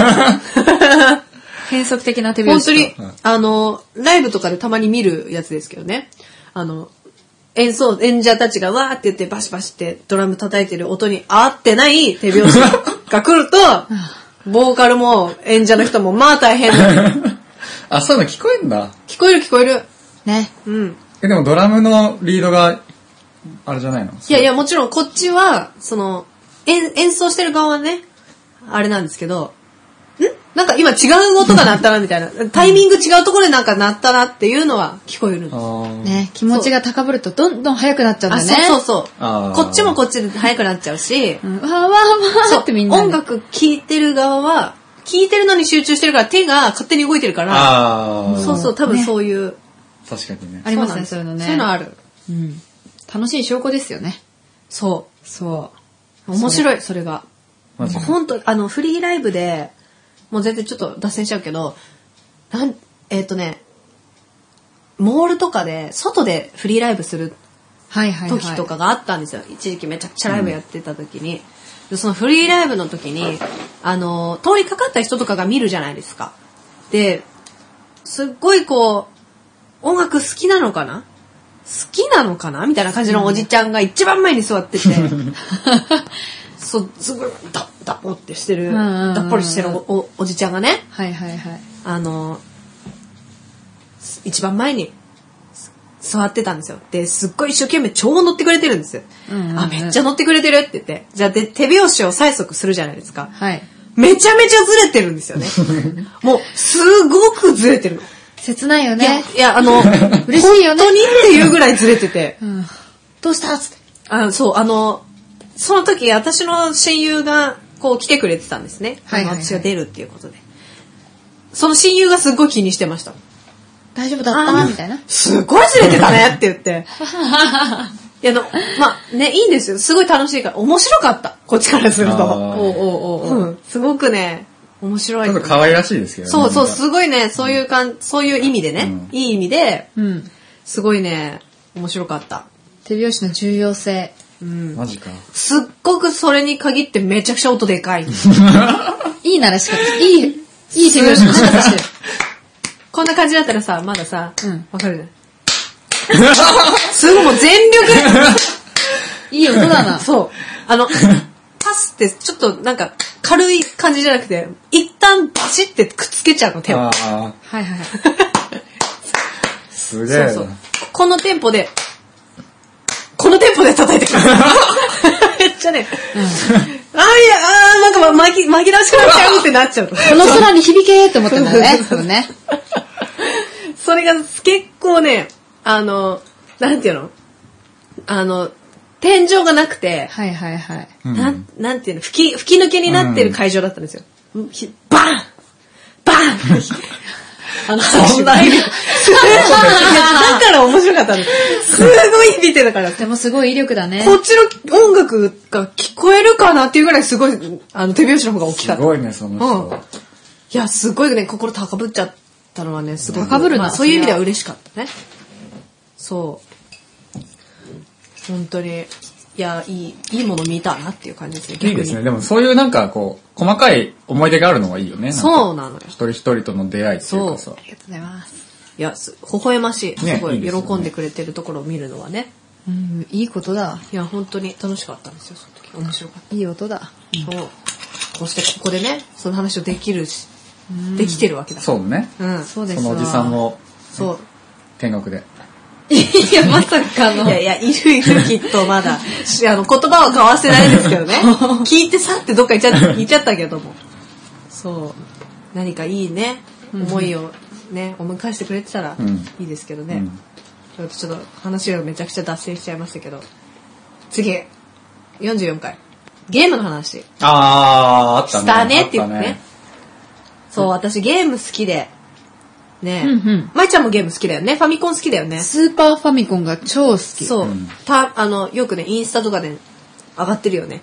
S3: 変則的な手拍子。
S1: 本当に、あの、ライブとかでたまに見るやつですけどね。あの、演奏、演者たちがわーって言ってバシバシってドラム叩いてる音に合ってない手拍子が来ると、ボーカルも演者の人もまあ大変だ。
S2: あ、そういうの聞こえんだ。
S1: 聞こえる聞こえる。
S3: ね。
S1: うん。
S2: え、でもドラムのリードが、あれじゃないの？
S1: いやいや、もちろんこっちは、その、演、演奏してる側はね、あれなんですけど、んなんか今違う音が鳴ったなみたいな。タイミング違うところでなんか鳴ったなっていうのは聞こえるんです。
S3: ね、気持ちが高ぶるとどんどん速くなっちゃうんだよね。
S1: あ、そうそうそう。
S2: あ
S1: こっちもこっちで速くなっちゃうし、
S3: うん、わーわーわーってみんな、ね。
S1: 音楽聴いてる側は、聴いてるのに集中してるから手が勝手に動いてるから、
S2: あ
S1: そうそう、多分そういう。ね、
S2: 確かにね。
S3: ありますね、そういうのね。
S1: そういうのある。
S3: うん。楽しい証拠ですよね。
S1: そう。
S3: そう。
S1: 面白い、それが。
S2: マジで
S1: 本当あの、フリーライブで、もう全然ちょっと脱線しちゃうけど、なん、えっとね、モールとかで、外でフリーライブする
S3: はいはいはい。
S1: 時とかがあったんですよ。一時期めちゃくちゃライブやってた時に。でそのフリーライブの時に、あの、通りかかった人とかが見るじゃないですか。で、すっごいこう、音楽好きなのかな好きなのかなみたいな感じのおじちゃんが一番前に座ってて、そう、すごい、ダッダッポってしてる、ダッポリしてる お, お, おじちゃんがね、
S3: はいはいはい。
S1: あの、一番前に座ってたんですよ。で、すっごい一生懸命超乗ってくれてるんですよ。
S3: うんうんうん、
S1: あ、めっちゃ乗ってくれてるって言って。じゃあで手拍子を催促するじゃないですか。
S3: はい。
S1: めちゃめちゃずれてるんですよね。もう、すごくずれてる。
S3: 切ないよ
S1: いや、
S3: ね。
S1: いや、あの、
S3: 嬉しいよね。
S1: 本当にっていうぐらいずれてて。
S3: うん、どうしたつって。
S1: あ、そう、あの、その時私の親友がこう来てくれてたんですね。はいはいはい、私が出るっていうことで。その親友がすっごい気にしてました。
S3: 大丈夫だったみたいな。
S1: すごいずれてたねって言って。いや、の、まあね、いいんですよ。すごい楽しいから。面白かった。こっちからすると。おうおうおう、うん。すごくね、面白い。
S2: ちょっと可愛らしいですけどね。
S1: そうそう、すごいね、そういうかん、そういう意味でね、うん、いい意味で、
S3: うん、
S1: すごいね、面白かった。
S3: 手拍子の重要性。
S1: うん、
S2: マジか。
S1: すっごくそれに限ってめちゃくちゃ音でかい。
S3: いい鳴らし方。いい、いい手拍子の仕方してる。
S1: こんな感じだったらさ、まださ、
S3: うん、
S1: わかるすごいもう全力
S3: いい音だな。
S1: そう。あの、パスってちょっとなんか軽い感じじゃなくて、一旦バシってくっつけちゃうの、手を。
S2: あ
S3: はいはいはい。
S2: すげえな。
S1: そうそう。このテンポで、このテンポで叩いてくる。めっちゃね、うん、あーいや、あーなんか紛紛らわしくなっちゃうってなっちゃう。こ
S3: の空に響けーって思ってんだよね。そうね。
S1: それが結構ね、あの、なんていうのあの、天井がなくて、
S3: はいはいはい。
S1: なん、なんていうの吹き、吹き抜けになってる会場だったんですよ。うん、バーンバーンあの、そんな意味。だから面白かったんです。すごい見てたから。
S3: でもすごい威力だね。
S1: こっちの音楽が聞こえるかなっていうぐらいすごい、あの、手拍子の方が大きかった。
S2: すごいね、その人。
S1: うん、いや、すごいね、心高ぶっちゃったのはね、すごい。
S3: 高ぶるな、
S1: まあ、そういう意味では嬉しかったね。そう。本当に。いや、いい、いいもの見たなっていう感じですね。
S2: いいですね。でもそういうなんかこう、細かい思い出があるのがいいよね。
S1: そうなのよ。
S2: 一人一人との出会いっていうかさ。
S3: そう。ありがとうございます。
S1: いや、微笑ましい。
S2: ね、
S1: すごい喜んでくれてるところを見るのはね。
S3: うん、いいことだ。
S1: いや、本当に楽しかったんですよ、その時。面白かった。
S3: いい音だ。
S1: そう。こうしてここでね、その話をできるし、できてるわけだ。
S2: そうね。
S1: うん。
S3: そうです。
S2: そのおじさんも、
S1: そう。
S2: 天国で。
S3: いや、まさかの。
S1: いやいや、いるいるきっとまだ。あの、言葉は交わせないですけどね。聞いてさってどっか行っちゃった、行っちゃったけども。そう。何かいいね、思いをね、お迎えしてくれてたらいいですけどね。うん、ちょっと話がめちゃくちゃ脱線しちゃいましたけど。次、よんじゅうよんかい。ゲームの話。
S2: あー、あったね。
S1: したねって言ってね。そう、私ゲーム好きで。ねえ、
S3: うんうん、
S1: まいちゃんもゲーム好きだよね。ファミコン好きだよね。
S3: スーパーファミコンが超好き。
S1: そう。うん、た、あの、よくね、インスタとかで上がってるよね。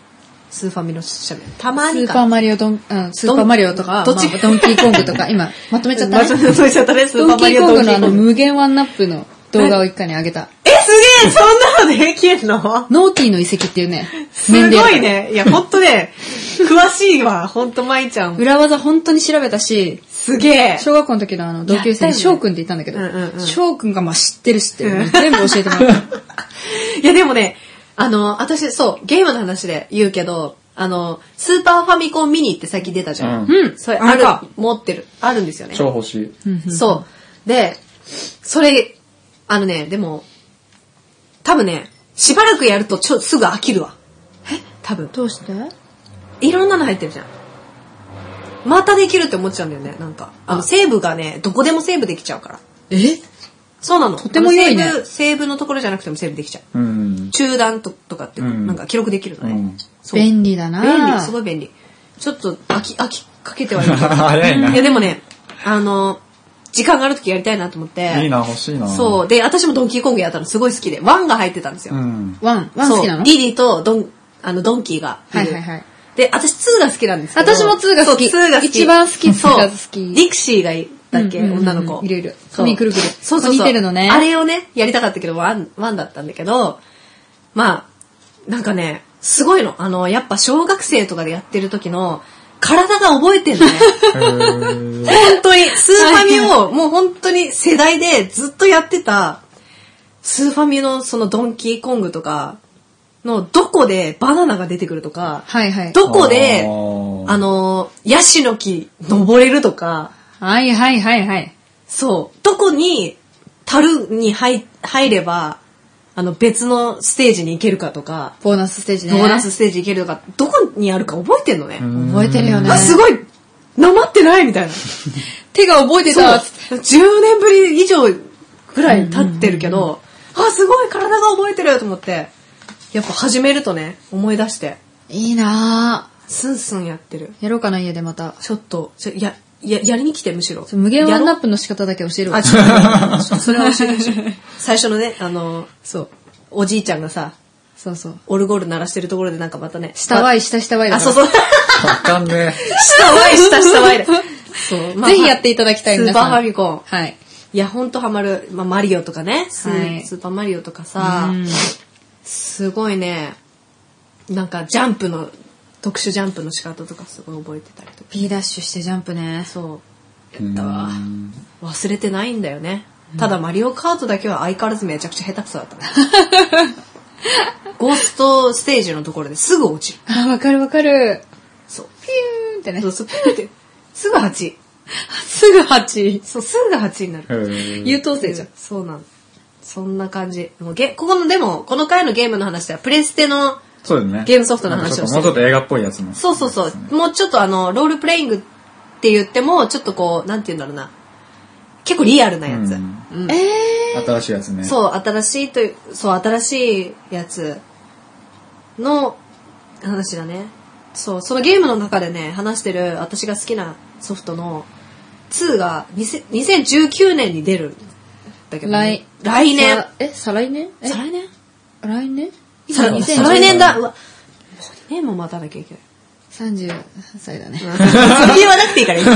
S1: スーファミの喋る。たまにか。
S3: スーパーマリオドン、うん、スーパーマリオとか、
S1: どっち
S3: まあ、ドンキーコングとか、今、まとめちゃったね。
S1: まとめちゃったね、スー
S3: ドンキ
S1: パーマリオ
S3: ーコングのあの、
S1: ドンキーコング。
S3: 無限ワンナップの動画を一回に上げた。
S1: え、すげえそんなのできんの
S3: ノーティーの遺跡っていうね。
S1: すごいね。いや、ほんとね、詳しいわ。ほんと、舞ちゃん。
S3: 裏技本当に調べたし、
S1: すげえ。
S3: 小学校の時のあの、同級生に翔くんって言ったんだけど、
S1: うんうんうん
S3: 翔くんがまあ知ってる知ってる。全部教えてもらった。
S1: いや、でもね、あの、私、そう、ゲームの話で言うけど、あの、スーパーファミコンミニって最近出たじゃん。
S2: うん
S3: うん。
S1: それ、ある
S3: あれか、
S1: 持ってる。あるんですよね。
S2: 超欲しい。
S1: そう。で、それ、あのね、でも、多分ね、しばらくやるとちょ、すぐ飽きるわ。え多分。
S3: どうして
S1: いろんなの入ってるじゃん。またできるって思っちゃうんだよね、なんか。あの、セーブがね、どこでもセーブできちゃうから。
S3: え
S1: そうなの。
S3: とても良いね
S1: あのセーブ、セーブのところじゃなくてもセーブできちゃう。
S2: うん。
S1: 中断ととかって、
S2: うん
S1: なんか記録できるのね。
S2: うん
S1: そう
S3: 便利だな
S1: 便利、すごい便利。ちょっと飽き、飽きかけてはいるけど。
S2: 早いな。
S1: いや、でもね、あの、時間がある時やりたいなと思って。
S2: いいな、欲しいな。
S1: そう。で、私もドンキーコングやったのすごい好きで、ワンが入ってたんですよ。
S2: うん。
S3: ワン、ワン好きなの
S1: そうディディとドン、あの、ドンキーがいる。
S3: はいはいはい。
S1: で、私ツーが好きなんですけど。
S3: 私もツーが好き
S1: そうツーが好き。
S3: 一番好き
S1: そう。
S3: ツーが好き
S1: ディクシーがいたっけ、
S3: うんうんうん
S1: 女の子。
S3: いるいる
S1: そう
S3: 髪くるくる
S1: そうそうそう。
S3: 似てるのね
S1: あれをね、やりたかったけど、ワン、ワンだったんだけど、まあ、なんかね、すごいの。あの、やっぱ小学生とかでやってる時の、体が覚えてんのね。本当に、スーファミを、もう本当に世代でずっとやってた、スーファミのそのドンキーコングとかの、どこでバナナが出てくるとか、
S3: はいはい。
S1: どこで、
S2: あー
S1: あの、ヤシの木登れるとか、
S3: はいはいはいはい。
S1: そう、どこに、樽に入入れば、あの別のステージに行けるかとか、
S3: ボーナスステージね。
S1: ボーナスステージ行けるとか、どこにあるか覚えてんのね。
S3: 覚えてるよね。
S1: あ、すごい、なまってないみたいな。
S3: 手が覚えてた。
S1: そうじゅうねんぶり以上ぐらい経ってるけど、あ、すごい体が覚えてると思って、やっぱ始めるとね、思い出して、
S3: いいなぁ。
S1: スンスンやってる。
S3: やろうかな、家でまた。
S1: ちょっと、ちょや、や、やりに来てむしろ。
S3: 無限ワンナッ
S1: プ
S3: プの仕方だけ教えるわ。
S1: あ、ちょっと、それは教えてほしい。最初のね、あの、そう、おじいちゃんがさ、
S3: そうそう。
S1: オルゴール鳴らしてるところでなんかまたね。
S3: 下ワイ、下下ワイだ
S1: あ、
S3: から。
S1: そうそう。
S2: わかんね
S1: 下ワイ、下下ワイで。そう、
S3: ぜひやっていただきたい、
S1: スーパー
S3: 皆さん。
S1: ファミコン。
S3: はい。
S1: いや、ほんとハマる。まあ、マリオとかね。スー,、
S3: はい
S1: スーパーマリオとかさ、
S3: うん
S1: すごいね、なんかジャンプの、特殊ジャンプの仕方とかすごい覚えてたりとか。
S3: P ダッシュしてジャンプね。
S1: そう。やったわ。忘れてないんだよね。ただマリオカートだけは相変わらずめちゃくちゃ下手くそだったね。ゴーストステージのところですぐ落ちる。
S3: あ、わかるわかる。
S1: そう。
S3: ピューンってね
S1: そう。そう、ピューって、すぐはち。
S3: すぐはち。
S1: そう、すぐはちになる。
S2: え。
S3: 優等生じゃん。
S1: そうなの。そんな感じ。もうゲここの、でも、この回のゲームの話では、プレステの、
S2: そうだね。
S1: ゲームソフトの話をしてる
S2: もうちょっと映画っぽいやつも。
S1: そうそうそう、もうちょっとあの、ロールプレイングって言っても、ちょっとこう、なんて言うんだろうな。結構リアルなやつ。
S2: うん
S1: うん
S3: え
S2: 新しいやつね。
S1: そう、新しいという、そう、新しいやつの話だね。そう、そのゲームの中でね、話してる私が好きなソフトのツーがにせんにせんじゅうきゅうねんに出るんだけど、ね、
S3: 来、
S1: 来年。
S3: さえ、再来年え
S1: 再来年
S3: 来年
S1: 再
S3: 今
S1: 再来年だ。うわ、もうにねんも待たなきゃいけない。
S3: さんじゅっさいだね。
S1: それ言わなくていいからいい。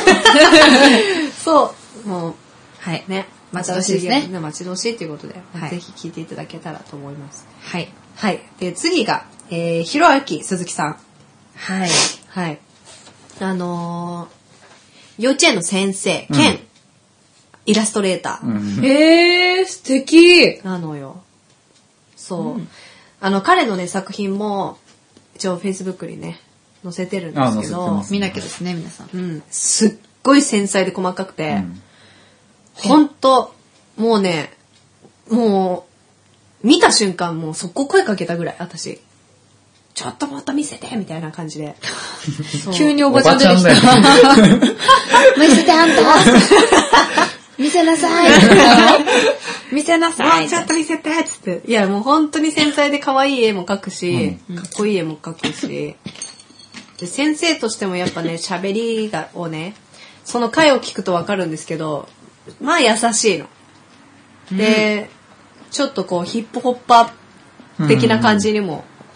S1: そう、もう、はい、ね。
S3: 待ち遠しいですね
S1: 新しい待ち遠しいということで、
S3: はい
S1: ぜひ聞いていただけたらと思います。
S3: はい。
S1: はい。で、次が、えー、ひろあき鈴木さん。
S3: はい。
S1: はい。あのー、幼稚園の先生兼、
S2: うん
S1: イラストレーター
S2: うん。
S3: えー、素敵。
S1: なのよ。そう。あの、彼のね、作品も、一応 Facebook にね、載せてるんですけ
S2: あ載せて
S1: ど
S2: ま、す
S3: 見なきゃですね、皆さん。
S1: うん、すっごい繊細で細かくて、
S2: うん
S1: ほんと、もうね、もう、見た瞬間もう速攻声かけたぐらい、私。ちょっともっと見せてみたいな感じで。そう
S3: 急におばちゃん出てきた。
S2: おばちゃんだよ
S3: 見せてあんた見せなさい見せなさい
S1: もうちょっと見せてっつって。いや、もう本当に繊細で可愛い絵も描くし、かっこいい絵も描くし。で、先生としてもやっぱね、喋りが、をね、その回を聞くとわかるんですけど、まあ優しいの。で、ちょっとこうヒップホッパー的な感じにも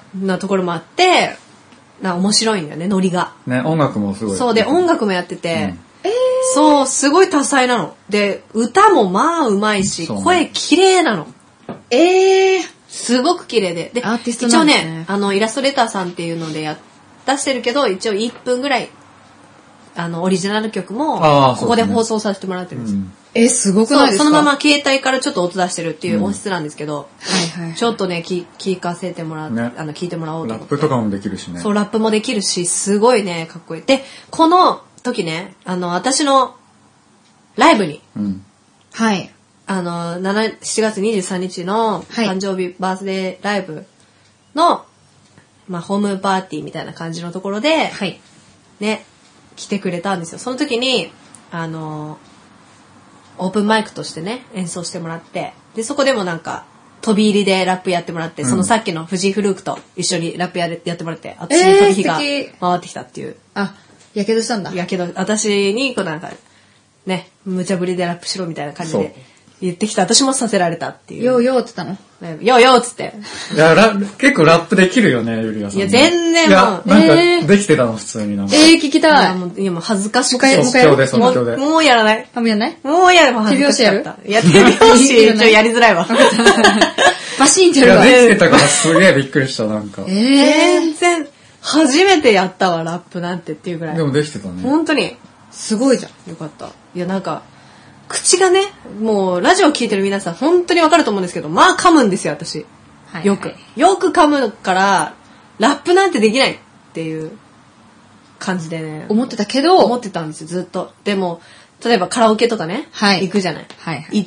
S1: なところもあって、な面白いんだよね、ノリが。
S2: ね、音楽もすごい。
S1: そうで、音楽もやってて、
S2: うん
S1: えー、そう、すごい多彩なの。で、歌もまあうまいし、声綺麗なの。
S3: えー、
S1: すごく綺麗で。で、
S3: アーティストなんですね。
S1: 一応ね、あの、イラストレーターさんっていうのでや、出してるけど、一応いっぷんぐらい、あの、オリジナル曲も、ここで放送させてもらってるんですよ。
S3: え、すごくないですか？
S1: そのまま携帯からちょっと音出してるっていう音質なんですけど、
S3: うん、はいはい。
S1: ちょっとね、き聞かせてもらって、ね、あの、聞いてもらおうと思って。
S2: ラップとかもできるしね。
S1: そう、ラップもできるし、すごいね、かっこいい。で、この時ね、あの、私のライブに、
S2: うん、
S3: はい。
S1: あの、しちがつにじゅうさんにちの誕生日バースデーライブの、まあ、ホームパーティーみたいな感じのところで、
S3: はい。
S1: ね、来てくれたんですよ。その時に、あの、オープンマイクとしてね、演奏してもらって、で、そこでもなんか、飛び入りでラップやってもらって、うん、そのさっきの藤井フルークと一緒にラップやれやってもらって、私に飛び火が回ってきたっていう。
S3: えー、あ、やけどしたんだ。
S1: やけど、私に、こうなんか、ね、無茶ぶりでラップしろみたいな感じで言ってきた。私もさせられたっていう。
S3: よーよーって言ったの？
S1: よーよーっつって。
S2: いや、ラ結構ラップできるよね、ゆりやさん。
S1: いや、全然もう。
S2: いや、なんか、できてたの、普通になんか。
S3: えー、聞きたい。
S1: いや、もう、いやもう恥ずかしくて。
S2: 即興で、即興で。
S1: もうやらない。
S3: あ、もうやらない？
S1: もうやれば恥ずかしかった。いや、手拍子、ちょっとやりづらいわ。
S3: バシーンってやるわ。
S2: いや、できてたからすげえびっくりした、なんか。
S1: えー、全然、初めてやったわ、ラップなんてっていうぐらい。
S2: でもできてたね。
S1: 本当に。
S3: すごいじゃん。
S1: よかった。いや、なんか、口がね、もう、ラジオ聞いてる皆さん、本当にわかると思うんですけど、まあ噛むんですよ、私。はい、よく。よく噛むから、ラップなんてできないっていう感じでね。
S3: 思ってたけど。
S1: 思ってたんですよ、ずっと。でも、例えばカラオケとかね、はい、行くじゃない。はいはい、行って、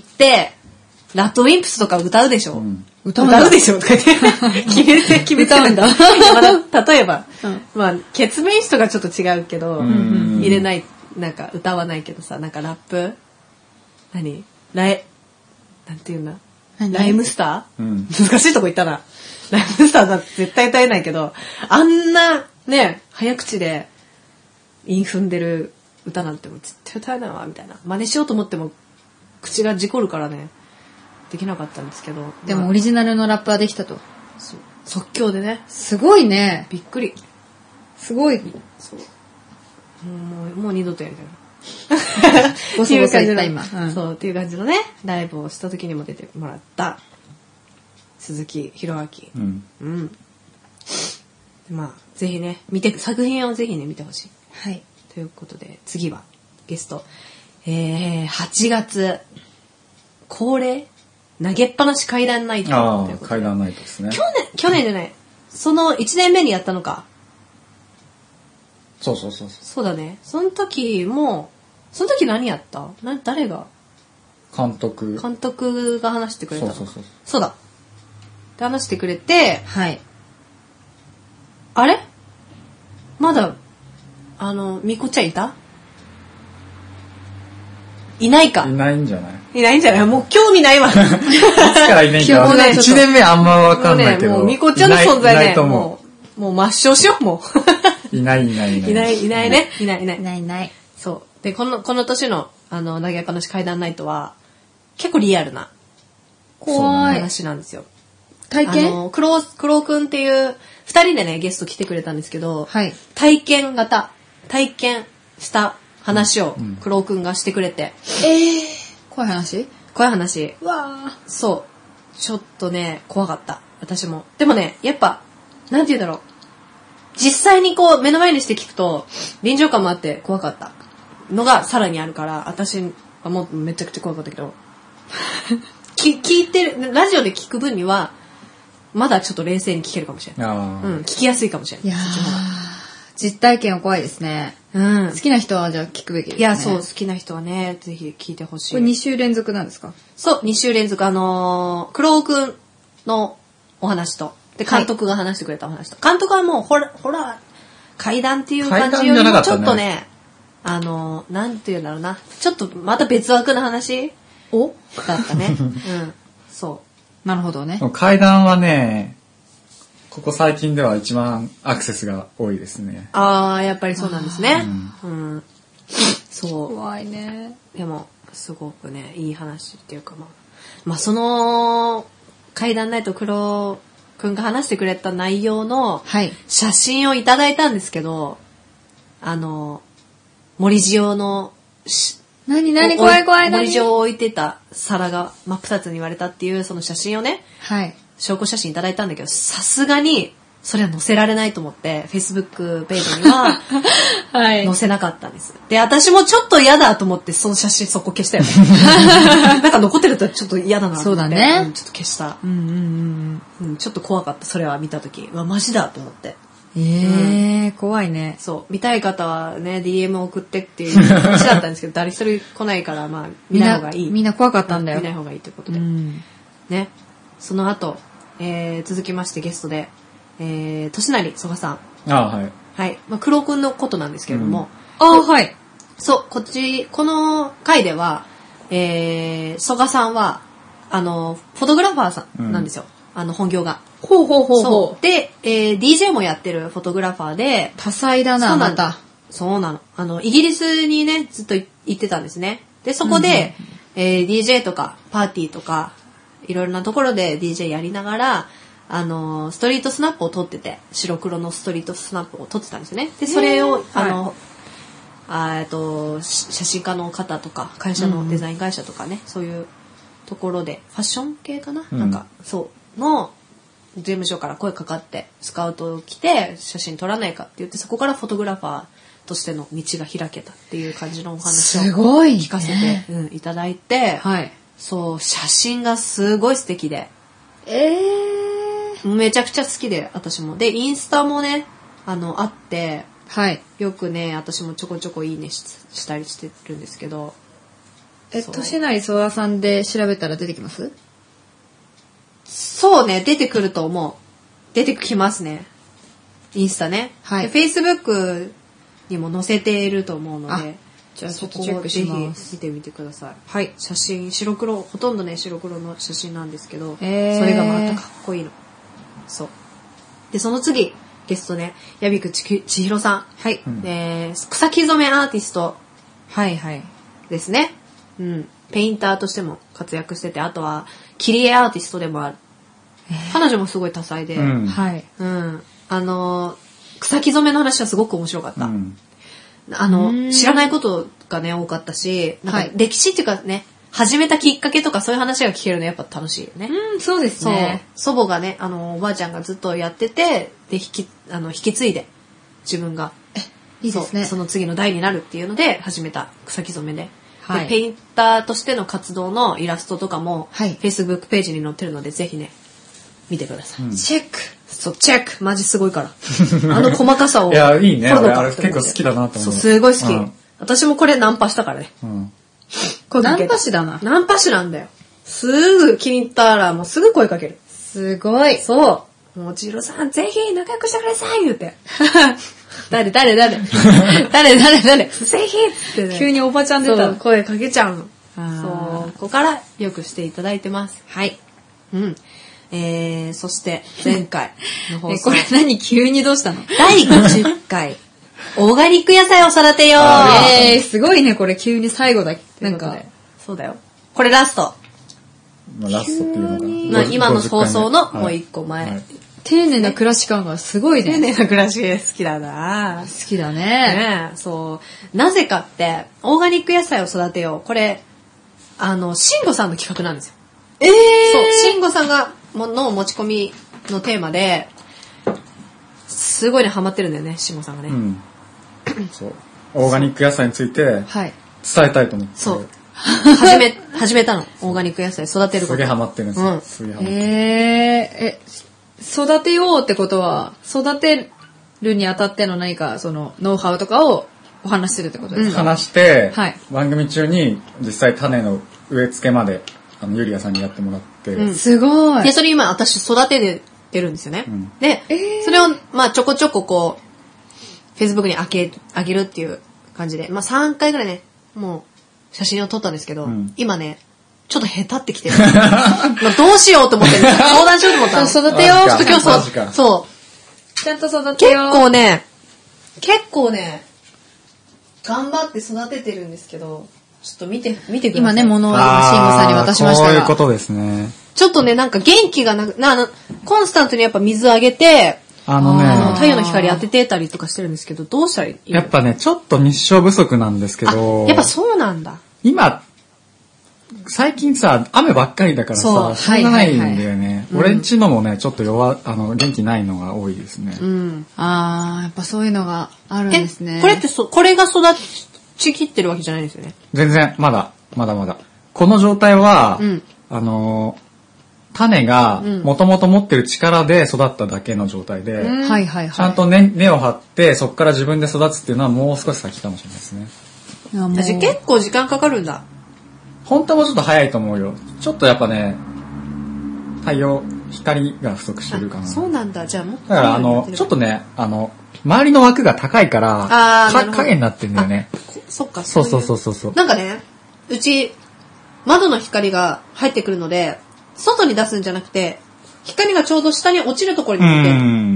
S1: ラッドウィンプスとか歌うでしょ。うん、
S3: 歌
S1: う歌うでしょとか言って、決めて、決めてるんだ。まだ例えば、うん、まあ、ケツメイシとかちょっと違うけど、入れない、なんか歌わないけどさ、なんかラップ何ライ、なんていうんだライムスター、うん、難しいとこ行ったな。ライムスターだって絶対歌えないけど、あんなね、早口で韻踏んでる歌なんてもう絶対歌えないわ、みたいな。真似しようと思っても口が事故るからね、できなかったんですけど。
S3: でもオリジナルのラップはできたと。
S1: そう。即興でね。
S3: すごいね。
S1: びっくり。
S3: すごい。
S1: そう。もう、もう二度とやりたい。
S3: ごそごそ言った今、
S1: うん、そうっていう感じのねライブをした時にも出てもらった鈴木宏明、うんうん、まあぜひね見て作品をぜひね見てほしい、はい、ということで次はゲスト、えー、はちがつ恒例投げっぱなし怪談ナイトということで
S2: 怪談ナイトですね
S1: 去年去年じゃないそのいちねんめにやったのか
S2: そうそうそうそう
S1: そうだねその時もその時何やったな誰が
S2: 監督
S1: 監督が話してくれたの
S2: そうそうそう
S1: そうだで話してくれて
S3: はい
S1: あれまだあのみこちゃんいたいないか
S2: いないんじゃない
S1: いないんじゃないもう興味ないわいつ
S2: からいないんかねいちねんめあんまわかんないけど
S1: もうみこちゃんの存在ねもうもう抹消しようも
S2: ういないいないいない
S1: いないいないねいないいない
S3: いないいない
S1: そうでこのこの年のあの投げっぱなし怪談ナイトは結構リアルな
S3: 怖い
S1: 話なんですよ。
S3: 体験？
S1: あのクロクロくんっていう二人でねゲスト来てくれたんですけど、
S3: はい、
S1: 体験型体験した話をクロくんがしてくれて、
S3: うん、えー、怖い話？
S1: 怖い話。
S3: わー
S1: そうちょっとね怖かった私も。でもねやっぱなんて言うんだろう実際にこう目の前にして聞くと臨場感もあって怖かったのがさらにあるから私はもうめちゃくちゃ怖かったけどき聞いてるラジオで聞く分にはまだちょっと冷静に聞けるかもしれない、うん、聞きやすいかもしれない。
S3: いや実体験は怖いですね、うん、好きな人はじゃあ聞くべきですね。
S1: いやそう好きな人はねぜひ聞いてほしい。
S3: これに週連続なんですか？
S1: そうに週連続あのー、クロウくんのお話とで監督が話してくれたお話と、はい、監督はもうホラホラー怪談っていう感じよりもちょっとねあのなんていうんだろうなちょっとまた別枠の話
S3: お
S1: だったね、うん、そう
S3: なるほどね。
S2: 怪談はねここ最近では一番アクセスが多いですね。
S1: ああやっぱりそうなんですね、うんうん、そう
S3: 怖いね。
S1: でもすごくねいい話っていうかまあまあその怪談ナイト黒くんが話してくれた内容の
S3: はい。
S1: 写真をいただいたんですけど、あの、森塩のし、
S3: なになに怖い怖いなに
S1: 森塩を置いてた皿が真っ二つに割れたっていうその写真をね、
S3: はい。
S1: 証拠写真いただいたんだけど、さすがにそれは載せられないと思って、Facebook ページには
S3: はい
S1: 載せなかったんです。で、私もちょっと嫌だと思って、その写真そこ消したよね。なんか残ってるとちょっと嫌だなと思って。
S3: そうだね
S1: んちょっと消した
S3: うんうんうん
S1: うん。ちょっと怖かった、それは見たとき。うわ、マジだと思って。
S3: うん。えー、怖いね。
S1: そう。見たい方はね、ディーエム 送ってっていう話だったんですけど、誰一人来ないから、まあ、見ない方がいい。
S3: みんな怖かったんだよ。
S1: 見ない方がいいということで。
S3: うん。
S1: ね。その後、えー、続きましてゲストで、えー、としなりそがさん。
S2: ああ、はい。
S1: はい。まあ、黒くんのことなんですけれども。
S3: ああ、はい。
S1: そう、こっち、この回では、えー、曽我さんは、あの、フォトグラファーさんなんですよ。うん、あの、本業が。
S3: ほうほうほうほ
S1: そう。で、えー、ディージェー もやってるフォトグラファーで、
S3: 多彩だな、
S1: そうなん
S3: また。
S1: そうなの。あの、イギリスにね、ずっと行ってたんですね。で、そこで、うんうん、えー、ディージェー とか、パーティーとか、いろいろなところで ディージェー やりながら、あの、ストリートスナップを撮ってて、白黒のストリートスナップを撮ってたんですね。で、それを、あの、はい、あえっと、写真家の方とか、会社のデザイン会社とかね、うん、そういうところで、ファッション系かな、うん、なんか、そう、の、事務所から声かかって、スカウト来て、写真撮らないかって言って、そこからフォトグラファーとしての道が開けたっていう感じのお話を聞かせて、ね、うん、いただいて、
S3: はい、
S1: そう、写真がすごい素敵で、
S3: え
S1: ー、めちゃくちゃ好きで、私も。で、インスタもね、あの、あって、
S3: はい。
S1: よくね、私もちょこちょこいいね し, したりしてるんですけど。
S3: え、としなりそわさんで調べたら出てきます？
S1: そうね、出てくると思う。出てきますね。インスタね。
S3: はい。
S1: で、Facebook にも載せていると思うので、
S3: じゃあちょっとチェックします。
S1: ぜひ見てみてください。
S3: はい。
S1: 写真、白黒、ほとんどね、白黒の写真なんですけど、
S3: えー、
S1: それがまたかっこいいの。そう。で、その次、ゲストね、矢比久ちひろさん。
S3: はい。
S1: えー、草木染めアーティスト。
S3: はいはい。
S1: ですね。うん。ペインターとしても活躍してて、あとは、切り絵アーティストでもある。えー、彼女もすごい多彩で、
S2: うん、
S3: はい。
S1: うん。あの、草木染めの話はすごく面白かった。うん、あの、知らないことがね、多かったし、なんか歴史っていうかね、始めたきっかけとかそういう話が聞けるのやっぱ楽しいよね。
S3: うん、そうですね。
S1: そう。祖母がね、あの、おばあちゃんがずっとやってて、で、引き、あの、引き継いで、自分が、
S3: え、いいですね。
S1: そ, その次の代になるっていうので、始めた草木染めで。
S3: はい。
S1: で、ペインターとしての活動のイラストとかも、
S3: はい。
S1: Facebook ページに載ってるので、ぜひね、見てください。
S3: うん、チェック。
S1: そう、チェックマジすごいから。あの細かさを。
S2: いや、いいね。あれ結構好きだなと思う。
S1: そう、すごい好き。うん、私もこれナンパしたからね。
S2: うん。
S3: ナンパ師だな。
S1: ナンパ師なんだよ。すぐ気に入ったらもうすぐ声かける。
S3: すごい。
S1: そう。もうちひろさん、ぜひ仲良くしてください言うて。誰誰誰誰誰誰ぜひって、ね、
S3: 急におばちゃん出た。
S1: 声かけちゃうの。そう。ここからよくしていただいてます。
S3: はい。
S1: うん。えー、そして前回の放送。
S3: え、これ何急にどうしたの？
S1: だいごじゅっかい。オーガニック野菜を育てよう。
S3: えー、すごいね、これ急に最後だ。なんか。
S1: そうだよ。これラスト。
S2: まあ、ラストっていうのかな。
S1: まあ、今の放送のもう一個前、はいはい。
S3: 丁寧な暮らし感がすごいね。
S1: 丁寧な暮らし好きだな。
S3: 好きだね。
S1: ねえ、そう。なぜかって、オーガニック野菜を育てよう。これ、あの、慎吾さんの企画なんですよ。
S3: えー、そう、
S1: 慎吾さんが、の持ち込みのテーマで、すごいね、ハマってるんだよね、慎吾さんがね。うん。
S2: そう。オーガニック野菜について、伝えたいと思って。
S1: そう。始め、始めたの。オーガニック野菜育てること。
S2: すげえハマってるんですよ。うん、
S3: すげえハマってる。えー、え、育てようってことは、育てるにあたっての何か、その、ノウハウとかをお話しするってことですか？
S2: うん、話して、
S3: はい、
S2: 番組中に実際種の植え付けまで、あの、ゆりやさんにやってもらって。
S1: うん、
S3: すごい。
S1: で、それ今私育ててるんですよね。うん、で、えー、それを、まあちょこちょここう、Facebook にあげ、あげるっていう感じで、まあさんかいぐらいね、もう写真を撮ったんですけど、うん、今ね、ちょっと下手ってきてる。まあどうしようと思ってる。相談しようと思ったの。
S3: そう、育てよう。
S1: ちょっと今日そう、そう。
S3: ちゃんと育てよう。
S1: 結構ね、結構ね、頑張って育ててるんですけど、ちょっと見て、見てください。
S3: 今ね、物を慎吾さんに渡しましたが。
S2: そういうことですね。
S1: ちょっとね、なんか元気がなく、な、コンスタントにやっぱ水あげて、
S2: あのね、
S1: あの太陽の光当ててたりとかしてるんですけど、どうしたらいい？
S2: やっぱね、ちょっと日照不足なんですけど、
S1: やっぱそうなんだ。
S2: 今、最近さ、雨ばっかりだからさ、しょうがないんだよね。はいはいはい、俺んちのもね、ちょっと弱、あの、元気ないのが多いですね。
S3: うん。あー、やっぱそういうのがあるんですね。
S1: これってそ、これが育ちきってるわけじゃないんですよね。
S2: 全然、まだ、まだまだ。この状態は、
S1: うん、
S2: あの、種がもともと持ってる力で育っただけの状態で、
S3: うん、はいはいはい。
S2: ちゃんと根、根を張って、そこから自分で育つっていうのはもう少し先かもしれないですね。
S1: 私結構時間かかるんだ。
S2: 本当はもうちょっと早いと思うよ。ちょっとやっぱね、太陽、光が不足してるかな。
S1: そうなんだ。じゃあもっと。
S2: だからあの、ちょっとね、あの、周りの枠が高いから、か影になってるんだよね。
S1: そっか、
S2: そうそうそうそうそう。
S1: なんかね、うち、窓の光が入ってくるので、外に出すんじゃなくて、光がちょうど下に落ちるところに向けて。うん。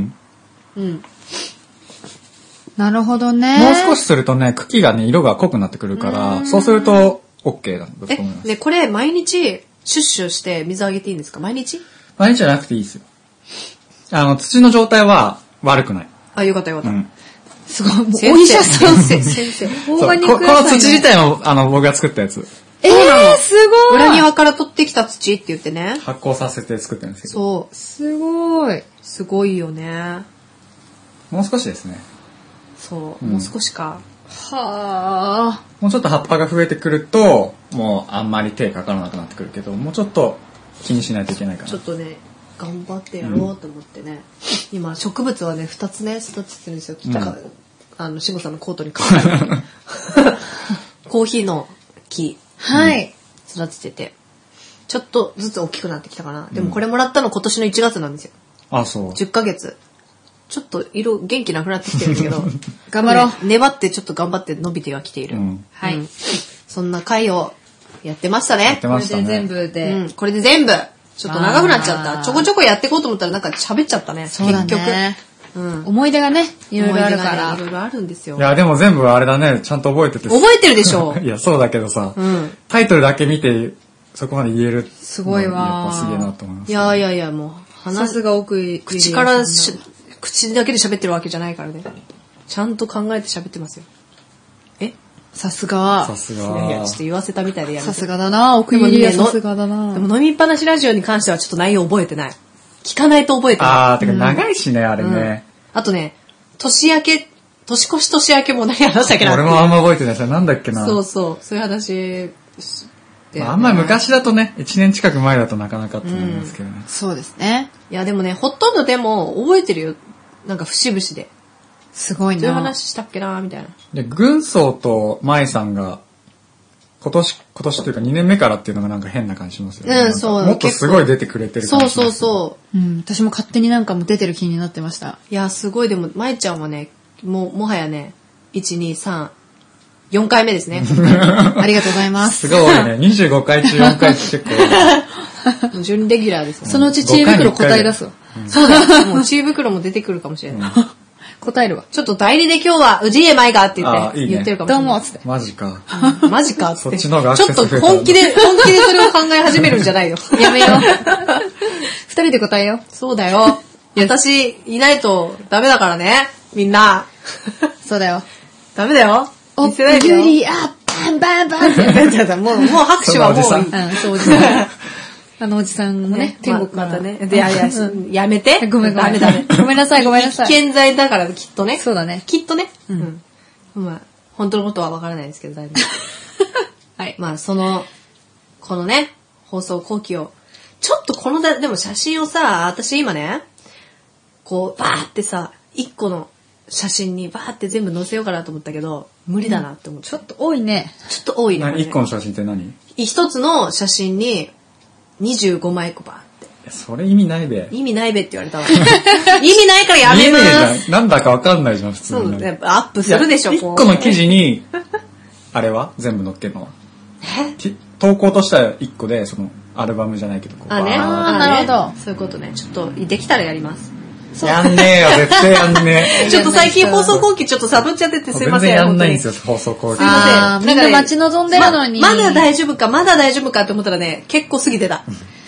S1: うん。
S3: なるほどね。
S2: もう少しするとね、茎がね、色が濃くなってくるから、そうすると OK なんだと思います。
S1: え、ね、これ毎日シュッシュして水あげていいんですか？毎日？
S2: 毎日じゃなくていいですよ。あの、土の状態は悪くない。
S1: あ、よかったよかった。うん、
S3: すごい、もうお医者さん。先生。
S2: 先生。オーガニック野菜のこの土自体も、あの、僕が作ったやつ。
S3: えー、すごい。
S1: 裏庭から取ってきた土って言ってね。
S2: 発酵させて作ってるんですけ
S1: ど。そう。
S3: すごい。
S1: すごいよね。
S2: もう少しですね。
S1: そう、うん、もう少しか。
S3: はあ。
S2: もうちょっと葉っぱが増えてくると、もうあんまり手かからなくなってくるけど、もうちょっと気にしないといけないかな。
S1: ちょっとね、頑張ってやろうと思ってね。うん、今、植物はね、二つね、育ててるんですよ。うん、あの、しごさんのコートに書いてある。コーヒーの木。
S3: はい。
S1: 育ててて。ちょっとずつ大きくなってきたかな。でもこれもらったの今年のいちがつなんですよ。
S2: あ、そう。
S1: じゅっかげつ。ちょっと色、元気なくなってきてるんだけど。
S3: 頑張ろう、
S1: ね。粘ってちょっと頑張って伸びてはきている。うん、はい、うん。そんな回をやってましたね。
S2: やってましたね。
S3: これで全部で。
S1: うん、これで全部。ちょっと長くなっちゃった。ちょこちょこやっていこうと思ったらなんか喋っちゃったね。
S3: そうだね。結局。うん、思い出がね、いろいろあるから。
S1: いろいろあるんですよ。
S2: いや、でも全部あれだね、ちゃんと覚えてて。
S1: 覚えてるでしょ。
S2: いや、そうだけどさ、うん、タイトルだけ見て、そこまで言える。
S3: すごいわ。
S2: やっぱすげえなと思います。
S1: いやいやいや、もう、
S3: 話すが奥い。
S1: 口からし、口だけで喋ってるわけじゃないからね。ちゃんと考えて喋ってますよ。え
S3: さすが。
S2: さすが。
S1: いやいや、ちょっと言わせたみたいでやめて。
S3: さすがだな、奥入りはさすがだな。
S1: でも飲みっぱなしラジオに関してはちょっと内容覚えてない。聞かないと覚えてない。
S2: あー、てか長いしね、うん、あれね。
S1: あとね、年明け、年越し年明けも何話したっけな。
S2: 俺もあんま覚えてないさ、なんだっけな。
S1: そうそう、そういう話、
S2: ね、まあ、あんまり昔だとね、いちねん近く前だとなかなかって思いますけどね、うん。
S3: そうですね。
S1: いや、でもね、ほとんどでも覚えてるよ。なんか節々で。
S3: すごいな。
S1: そういう話したっけなみたいな。
S2: で、軍曹と舞さんが、今年、今年というかにねんめからっていうのがなんか変な感じしますよね。
S1: うん、そう。
S2: もっとすごい出てくれてる感じします。
S1: そうそうそう。
S3: うん、私も勝手になんかも出てる気になってました。
S1: いや、すごい、でも、舞ちゃんはね、もう、もはやね、いち、に、さん、よんかいめですね。
S3: ありがとうございます。
S2: すごいね。にじゅうごかい中よんかいって結構。
S1: 準レギュラーですね。
S3: そのうち知恵袋答え出すわ。
S1: うん、そうだ。もう知恵袋も出てくるかもしれない。うん、
S3: 答えるわ。
S1: ちょっと代理で今日は、うじえまいがって言って、いいね、言ってるかもしれない。
S3: どうも、つって。
S2: マジか。
S1: うん、マジかって。
S2: そっちの方がアクセス増えた。
S1: ちょっと本気で、本気でそれを考え始めるんじゃないよ。
S3: やめよう。二人で答えよう。
S1: そうだよ。私、いないとダメだからね。みんな。
S3: そうだよ。
S1: ダメだよ。
S3: おっぷゆりあバンバンバンって
S1: もう、もう拍手はもういい。
S3: うん、そうおじさん。あのおじさんもね、天国
S1: またね。いやいや、やめて。
S3: ごめんごめん。
S1: ダメダメ。
S3: ごめんなさいごめんなさい。
S1: 危険罪だからきっとね。
S3: そうだね。
S1: きっとね。
S3: うん。
S1: まあ、本当のことはわからないですけど、大丈
S3: 夫。はい。
S1: まあ、その、このね、放送後期を、ちょっとこのだ、でも写真をさ、私今ね、こう、バーってさ、一個の写真にバーって全部載せようかなと思ったけど、無理だなって思って。
S3: ちょっと多いね。
S1: ちょっと多いね。
S2: 一個の写真って何？
S1: 一つの写真ににじゅうごまいこバーって。
S2: いや、それ意味ないべ。
S1: 意味ないべって言われたわ。意味ないからやめます。
S2: なんだかわかんないじゃん、普通に。
S1: そう、やっぱアップするでしょ、
S2: 一個の記事に、あれは全部載っけるのは。
S1: え？
S2: 投稿としたら一個で、その、アルバムじゃないけど、こう。
S1: あ、ね。
S3: あ、なるほど。
S1: そういうことね。ちょっと、できたらやります。
S2: やんねえよ、絶対やんね
S1: え。ちょっと最近放送後期ちょっとサボっちゃっててすいません。
S2: 全然やんないんですよ、放送後期。
S1: すいません。
S3: みんな待ち望んでるのに。
S1: まだ大丈夫か、まだ大丈夫かって思ったらね、結構過ぎてた。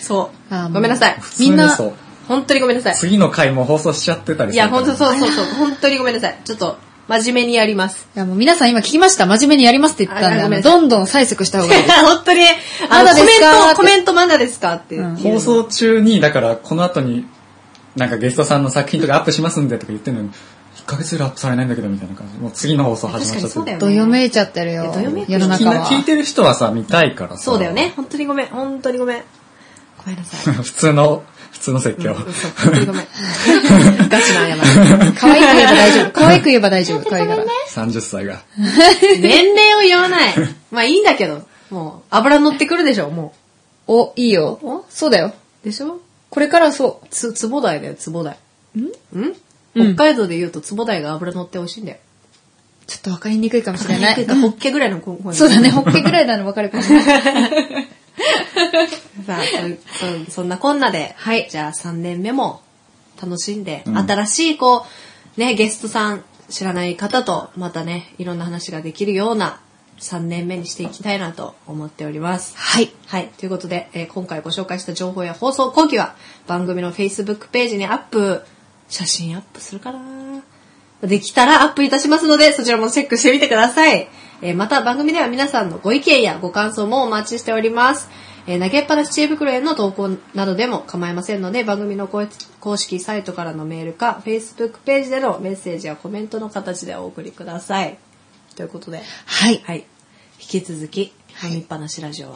S1: そうごめんなさい。
S2: みんな
S1: 本当にごめんなさい。
S2: 次の回も放送しちゃってたりする。
S1: いや本当そうそうそう本当にごめんなさい。ちょっと真面目にやります。
S3: いやもう皆さん今聞きました。真面目にやりますって言ったんで、あのどんどん催促した方がいいです。
S1: 本当に
S3: まだですか？
S1: コメントまだですかって、うん、
S2: 放送中にだからこの後になんかゲストさんの作品とかアップしますんでとか言ってるのにいっかげつぐらいアップされないんだけどみたいな感じ。もう次の放送始まっちゃって。
S3: どよめいちゃってるよ。世の中は。
S2: 聞いてる人はさ見たいからさ。
S1: そうだよね。本当にごめん。本当にごめん。ごめんなさい。
S2: 普通の普通の説教。
S1: うん、そう本当にごめん。ガチな謝り。
S3: 可愛く言えば大丈夫。可愛く言えば大丈夫。可愛いから。
S2: さんじゅっさいが。
S1: 年齢を言わない。まあいいんだけど。もう油乗ってくるでしょも
S3: う。おいいよ。おそうだよ。
S1: でしょ。
S3: これからそう。
S1: つ坪台だよ坪台。ん？ん？北海道で言うと坪台が油乗って美味しいんだよ。
S3: ちょっと分かりにくいかもしれない。
S1: ホッケぐらいの声。
S3: そうだね、ホッケぐらいなの分かるかもしれない。
S1: さあそ、そんなこんなで、
S3: はい、
S1: じゃあさんねんめも楽しんで、うん、新しいこう、ね、ゲストさん知らない方とまたね、いろんな話ができるようなさんねんめにしていきたいなと思っております。
S3: はい。
S1: はい。ということで、えー、今回ご紹介した情報や放送後期は番組の Facebook ページにアップ、写真アップするかな？できたらアップいたしますので、そちらもチェックしてみてください。えー、また番組では皆さんのご意見やご感想もお待ちしております。えー、投げっぱなし知恵袋への投稿などでも構いませんので、番組の公式サイトからのメールか Facebook ページでのメッセージやコメントの形でお送りください。ということで、
S3: はい。
S1: はい。引き続き、飲みっぱなしラジオは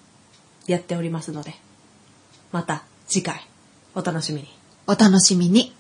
S1: やっておりますので、また次回お楽しみに。
S3: お楽しみに。